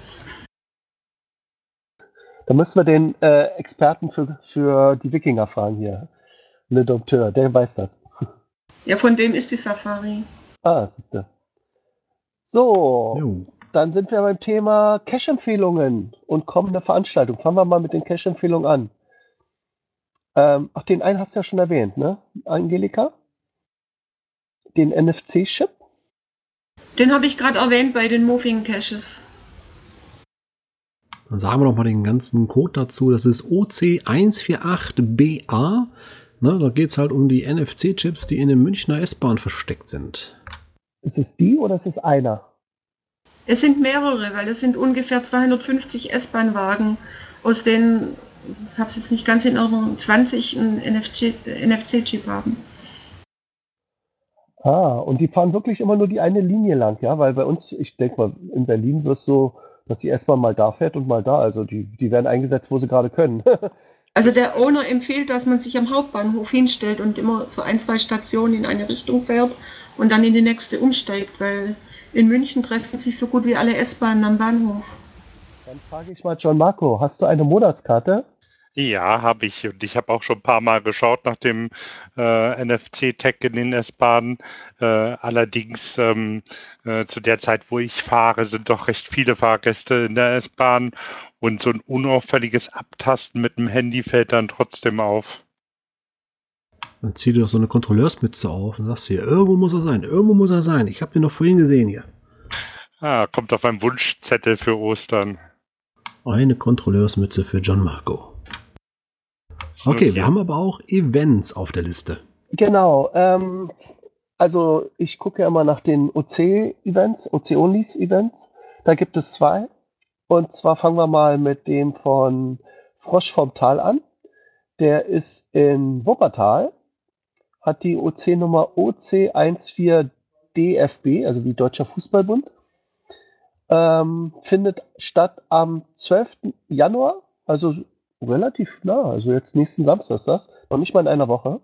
Da müssen wir den Experten für die Wikinger fragen hier. Le Dompteur, der weiß das. Ja, von dem ist die Safari. Siehst du. So, dann sind wir beim Thema Cache-Empfehlungen und kommende Veranstaltung. Fangen wir mal mit den Cache-Empfehlungen an. Den einen hast du ja schon erwähnt, ne, Angelika? Den NFC-Chip? Den habe ich gerade erwähnt bei den Moving Caches. Dann sagen wir noch mal den ganzen Code dazu. Das ist OC148BA. Da geht es halt um die NFC-Chips, die in der Münchner S-Bahn versteckt sind. Ist es die oder ist es einer? Es sind mehrere, weil es sind ungefähr 250 S-Bahn-Wagen, aus denen, ich habe es jetzt nicht ganz in Erinnerung, 20 einen NFC-Chip haben. Und die fahren wirklich immer nur die eine Linie lang, ja? Weil bei uns, ich denke mal, in Berlin wird es so, dass die S-Bahn mal da fährt und mal da. Also die werden eingesetzt, wo sie gerade können. Also der Owner empfiehlt, dass man sich am Hauptbahnhof hinstellt und immer so 1, 2 Stationen in eine Richtung fährt und dann in die nächste umsteigt, weil in München treffen sich so gut wie alle S-Bahnen am Bahnhof. Dann frage ich mal John Marco, hast du eine Monatskarte? Ja, habe ich. Und ich habe auch schon ein paar Mal geschaut nach dem NFC-Tag in den S-Bahnen. Allerdings zu der Zeit, wo ich fahre, sind doch recht viele Fahrgäste in der S-Bahn. Und so ein unauffälliges Abtasten mit dem Handy fällt dann trotzdem auf. Dann zieh dir doch so eine Kontrolleursmütze auf und sagst hier, irgendwo muss er sein, irgendwo muss er sein. Ich habe den noch vorhin gesehen hier. Kommt auf einen Wunschzettel für Ostern. Eine Kontrolleursmütze für John Marco. Okay, wir haben aber auch Events auf der Liste. Genau. Also ich gucke ja immer nach den OC-Events, OC-Onlys-Events. Da gibt es 2. Und zwar fangen wir mal mit dem von Frosch vom Tal an. Der ist in Wuppertal, hat die OC-Nummer OC14DFB, also wie Deutscher Fußballbund. Findet statt am 12. Januar, also relativ nah, also jetzt nächsten Samstag ist das, noch nicht mal in einer Woche.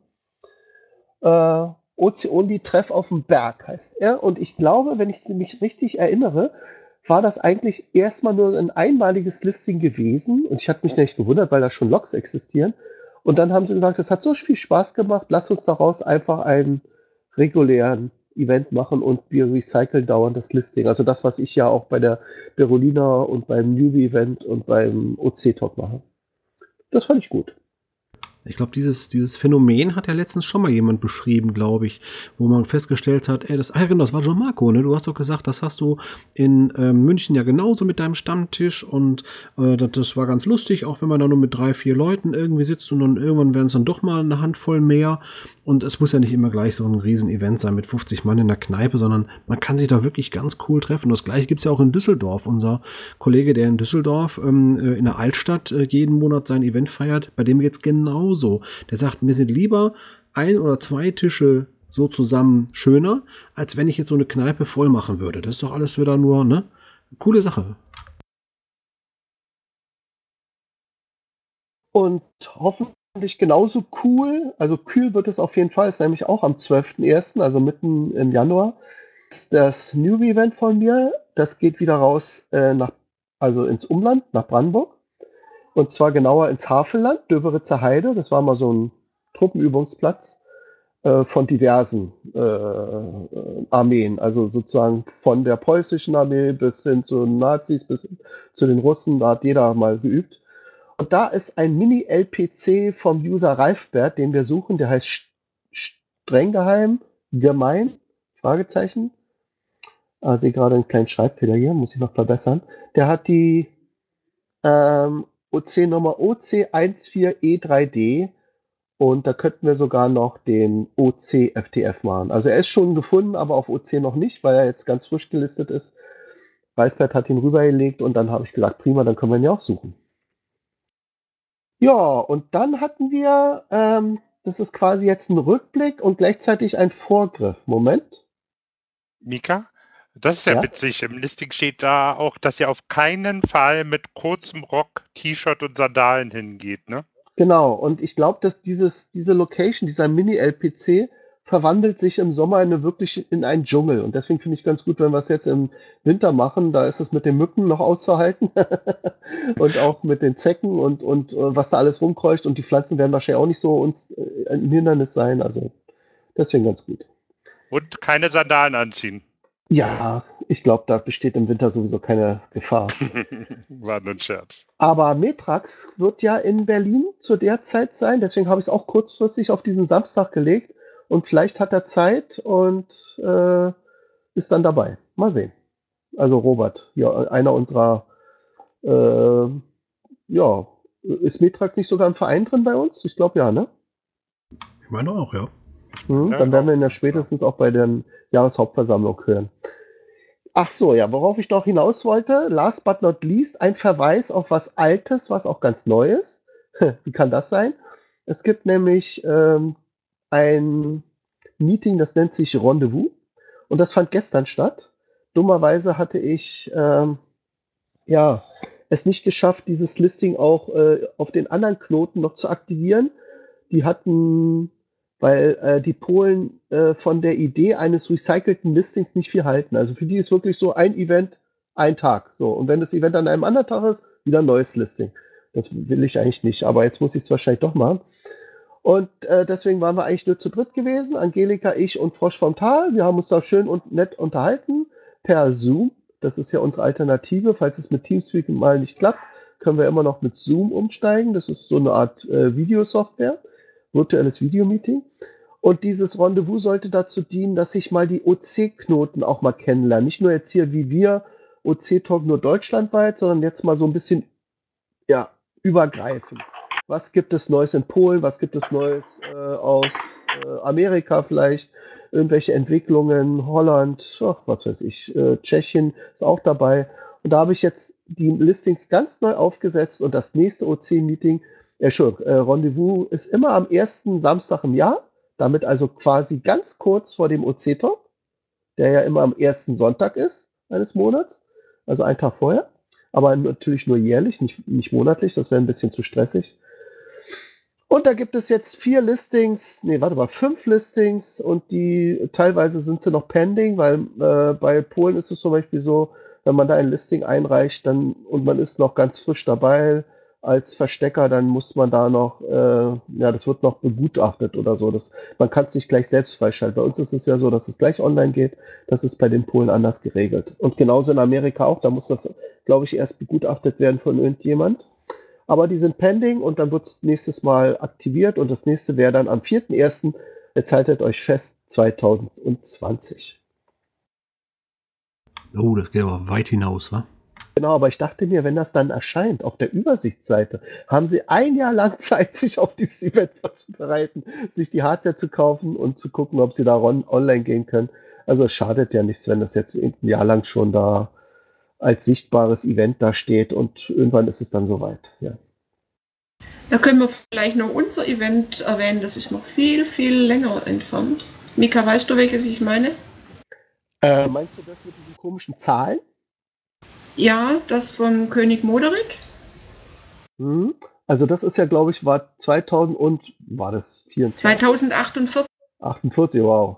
OC-Only Treff auf dem Berg heißt er. Und ich glaube, wenn ich mich richtig erinnere, war das eigentlich erstmal nur ein einmaliges Listing gewesen. Und ich hatte mich nicht gewundert, weil da schon Logs existieren. Und dann haben sie gesagt, das hat so viel Spaß gemacht, lass uns daraus einfach einen regulären Event machen und wir recyceln dauernd das Listing. Also das, was ich ja auch bei der Berolina und beim Newbie-Event und beim OC-Talk mache. Das fand ich gut. Ich glaube, dieses Phänomen hat ja letztens schon mal jemand beschrieben, glaube ich, wo man festgestellt hat, genau, das war John Marco, ne? Du hast doch gesagt, das hast du in München ja genauso mit deinem Stammtisch und das war ganz lustig, auch wenn man da nur mit 3, 4 Leuten irgendwie sitzt und dann irgendwann werden es dann doch mal eine Handvoll mehr und es muss ja nicht immer gleich so ein Riesen-Event sein mit 50 Mann in der Kneipe, sondern man kann sich da wirklich ganz cool treffen. Das gleiche gibt's ja auch in Düsseldorf. Unser Kollege, der in Düsseldorf in der Altstadt jeden Monat sein Event feiert, bei dem geht's genauso. Der sagt, mir sind lieber 1 oder 2 Tische so zusammen schöner, als wenn ich jetzt so eine Kneipe voll machen würde. Das ist doch alles wieder nur, ne? Coole Sache. Und hoffentlich genauso cool, also kühl wird es auf jeden Fall, ist nämlich auch am 12.01., also mitten im Januar. Das New-Event von mir, das geht wieder raus also ins Umland, nach Brandenburg. Und zwar genauer ins Havelland, Döberitzer Heide. Das war mal so ein Truppenübungsplatz von diversen Armeen. Also sozusagen von der preußischen Armee bis hin zu den Nazis, bis hin zu den Russen. Da hat jeder mal geübt. Und da ist ein Mini-LPC vom User Ralfbert, den wir suchen. Der heißt streng geheim, gemein, Fragezeichen. Ich sehe gerade einen kleinen Schreibfehler hier, muss ich noch verbessern. Der hat die OC-Nummer OC14E3D und da könnten wir sogar noch den OC-FTF machen. Also er ist schon gefunden, aber auf OC noch nicht, weil er jetzt ganz frisch gelistet ist. Ralfbert hat ihn rübergelegt und dann habe ich gesagt, prima, dann können wir ihn ja auch suchen. Ja, und dann hatten wir, das ist quasi jetzt ein Rückblick und gleichzeitig ein Vorgriff. Moment. Mika? Das ist ja witzig. Im Listing steht da auch, dass ihr auf keinen Fall mit kurzem Rock, T-Shirt und Sandalen hingeht, ne? Genau, und ich glaube, dass diese Location, dieser Mini-LPC, verwandelt sich im Sommer in einen Dschungel. Und deswegen finde ich ganz gut, wenn wir es jetzt im Winter machen. Da ist es mit den Mücken noch auszuhalten. Und auch mit den Zecken und was da alles rumkreucht. Und die Pflanzen werden wahrscheinlich auch nicht so uns ein Hindernis sein. Also deswegen ganz gut. Und keine Sandalen anziehen. Ja, ich glaube, da besteht im Winter sowieso keine Gefahr. War nur ein Scherz. Aber Metrax wird ja in Berlin zu der Zeit sein. Deswegen habe ich es auch kurzfristig auf diesen Samstag gelegt. Und vielleicht hat er Zeit und ist dann dabei. Mal sehen. Also Robert, ja, einer unserer, ist Metrax nicht sogar im Verein drin bei uns? Ich glaube ja, ne? Ich meine auch, ja. Dann werden wir ihn ja spätestens auch bei der Jahreshauptversammlung hören. Ach so, ja, worauf ich noch hinaus wollte, last but not least, ein Verweis auf was Altes, was auch ganz Neues. Wie kann das sein? Es gibt nämlich ein Meeting, das nennt sich Rendezvous und das fand gestern statt. Dummerweise hatte ich es nicht geschafft, dieses Listing auch auf den anderen Knoten noch zu aktivieren. Die hatten, weil die Polen von der Idee eines recycelten Listings nicht viel halten. Also für die ist wirklich so ein Event, ein Tag. So. Und wenn das Event an einem anderen Tag ist, wieder ein neues Listing. Das will ich eigentlich nicht, aber jetzt muss ich es wahrscheinlich doch machen. Und deswegen waren wir eigentlich nur zu dritt gewesen, Angelika, ich und Frosch vom Tal. Wir haben uns da schön und nett unterhalten per Zoom. Das ist ja unsere Alternative. Falls es mit Teamspeak mal nicht klappt, können wir immer noch mit Zoom umsteigen. Das ist so eine Art Videosoftware, virtuelles Videomeeting. Und dieses Rendezvous sollte dazu dienen, dass ich mal die OC-Knoten auch mal kennenlerne. Nicht nur jetzt hier wie wir, OC-Talk nur deutschlandweit, sondern jetzt mal so ein bisschen übergreifend. Was gibt es Neues in Polen? Was gibt es Neues aus Amerika vielleicht? Irgendwelche Entwicklungen, Holland, was weiß ich, Tschechien ist auch dabei. Und da habe ich jetzt die Listings ganz neu aufgesetzt und das nächste OC-Meeting, Rendezvous ist immer am ersten Samstag im Jahr, damit also quasi ganz kurz vor dem OC-Talk, der ja immer am ersten Sonntag ist eines Monats, also einen Tag vorher, aber natürlich nur jährlich, nicht monatlich, das wäre ein bisschen zu stressig. Und da gibt es jetzt 5 Listings und die teilweise sind sie noch pending, weil bei Polen ist es zum Beispiel so, wenn man da ein Listing einreicht und man ist noch ganz frisch dabei als Verstecker, dann muss man da noch, das wird noch begutachtet oder so. Man kann es nicht gleich selbst freischalten. Bei uns ist es ja so, dass es gleich online geht. Das ist bei den Polen anders geregelt. Und genauso in Amerika auch, da muss das, glaube ich, erst begutachtet werden von irgendjemand. Aber die sind pending und dann wird es nächstes Mal aktiviert und das nächste wäre dann am 4.1., jetzt haltet euch fest, 2020. Oh, das geht aber weit hinaus, wa? Genau, aber ich dachte mir, wenn das dann erscheint auf der Übersichtsseite, haben sie ein Jahr lang Zeit, sich auf dieses Event vorzubereiten, sich die Hardware zu kaufen und zu gucken, ob sie da online gehen können. Also es schadet ja nichts, wenn das jetzt ein Jahr lang schon da als sichtbares Event da steht und irgendwann ist es dann soweit. Ja. Da können wir vielleicht noch unser Event erwähnen, das ist noch viel, viel länger entfernt. Mika, weißt du, welches ich meine? Meinst du das mit diesen komischen Zahlen? Ja, das von König Moderik. Also das ist ja, glaube ich, war 2000 und, war das 24? 2048. 48, wow.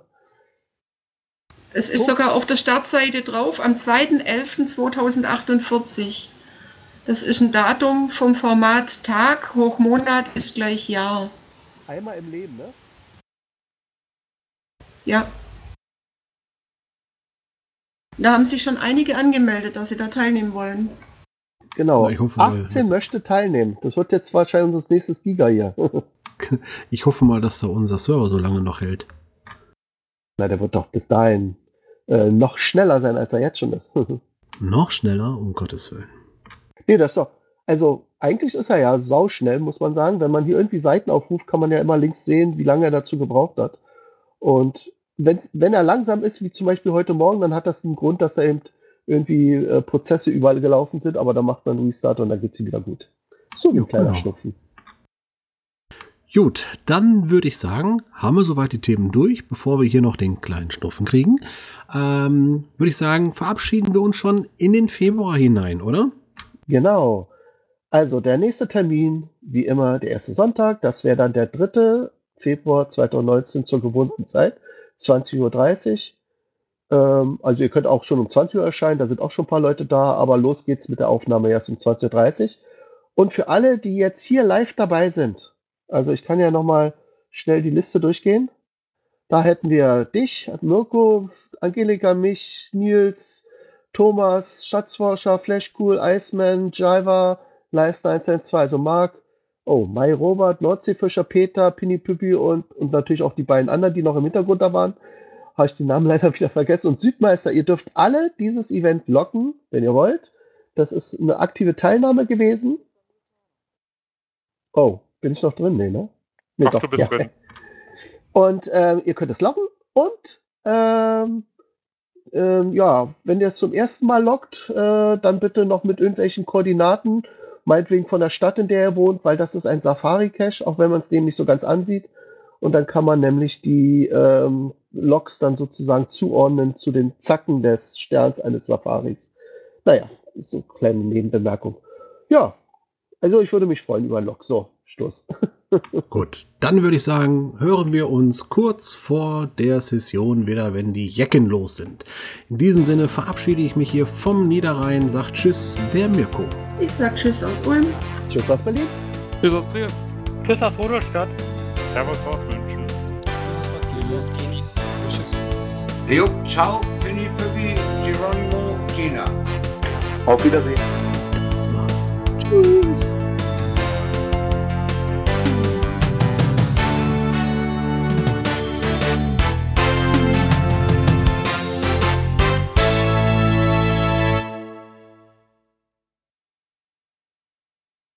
Es ist sogar auf der Startseite drauf, am 2.11.2048. Das ist ein Datum vom Format Tag hoch Monat ist gleich Jahr. Einmal im Leben, ne? Ja. Da haben sich schon einige angemeldet, dass sie da teilnehmen wollen. Genau, Na, ich hoffe, 18 möchte teilnehmen. Das wird jetzt wahrscheinlich unser nächstes Giga hier. Ich hoffe mal, dass da unser Server so lange noch hält. Na, der wird doch bis dahin noch schneller sein, als er jetzt schon ist. Noch schneller? Um Gottes Willen. Nee, das ist doch, also eigentlich ist er ja sauschnell, muss man sagen. Wenn man hier irgendwie Seiten aufruft, kann man ja immer links sehen, wie lange er dazu gebraucht hat. Und wenn er langsam ist, wie zum Beispiel heute Morgen, dann hat das einen Grund, dass da eben irgendwie Prozesse überall gelaufen sind, aber dann macht man einen Restart und dann geht sie wieder gut. So wie ein kleiner Schnupfen. Gut, dann würde ich sagen, haben wir soweit die Themen durch, bevor wir hier noch den kleinen Schnupfen kriegen. Würde ich sagen, verabschieden wir uns schon in den Februar hinein, oder? Genau. Also der nächste Termin, wie immer, der erste Sonntag, das wäre dann der 3. Februar 2019 zur gewohnten Zeit, 20.30 Uhr. Also ihr könnt auch schon um 20 Uhr erscheinen, da sind auch schon ein paar Leute da, aber los geht's mit der Aufnahme erst um 20.30 Uhr. Und für alle, die jetzt hier live dabei sind, also ich kann ja nochmal schnell die Liste durchgehen. Da hätten wir dich, Mirko, Angelika, mich, Nils, Thomas, Schatzforscher, Flashcool, Iceman, Jiva, Leister 112, also Marc, Mai Robert, Nordseefischer, Peter, Pini Püppi und natürlich auch die beiden anderen, die noch im Hintergrund da waren. Habe ich die Namen leider wieder vergessen. Und Südmeister, ihr dürft alle dieses Event locken, wenn ihr wollt. Das ist eine aktive Teilnahme gewesen. Oh, bin ich noch drin? Nee, ne? Nee, Ach, doch, du bist drin. Und ihr könnt es locken und wenn ihr es zum ersten Mal loggt, dann bitte noch mit irgendwelchen Koordinaten, meinetwegen von der Stadt, in der ihr wohnt, weil das ist ein Safari-Cache, auch wenn man es dem nicht so ganz ansieht. Und dann kann man nämlich die Logs dann sozusagen zuordnen zu den Zacken des Sterns eines Safaris. Naja, ist so eine kleine Nebenbemerkung. Ja, also ich würde mich freuen über einen Log. So, Stoß. Gut, dann würde ich sagen, hören wir uns kurz vor der Session wieder, wenn die Jecken los sind. In diesem Sinne verabschiede ich mich hier vom Niederrhein, sagt Tschüss, der Mirko. Ich sag Tschüss aus Ulm. Tschüss aus Berlin. Tschüss aus Trier. Tschüss aus Rudolstadt. Servus aus München. Jo, ciao, Penny Püppi, Geronimo, Gina. Auf Wiedersehen. Das war's. Tschüss.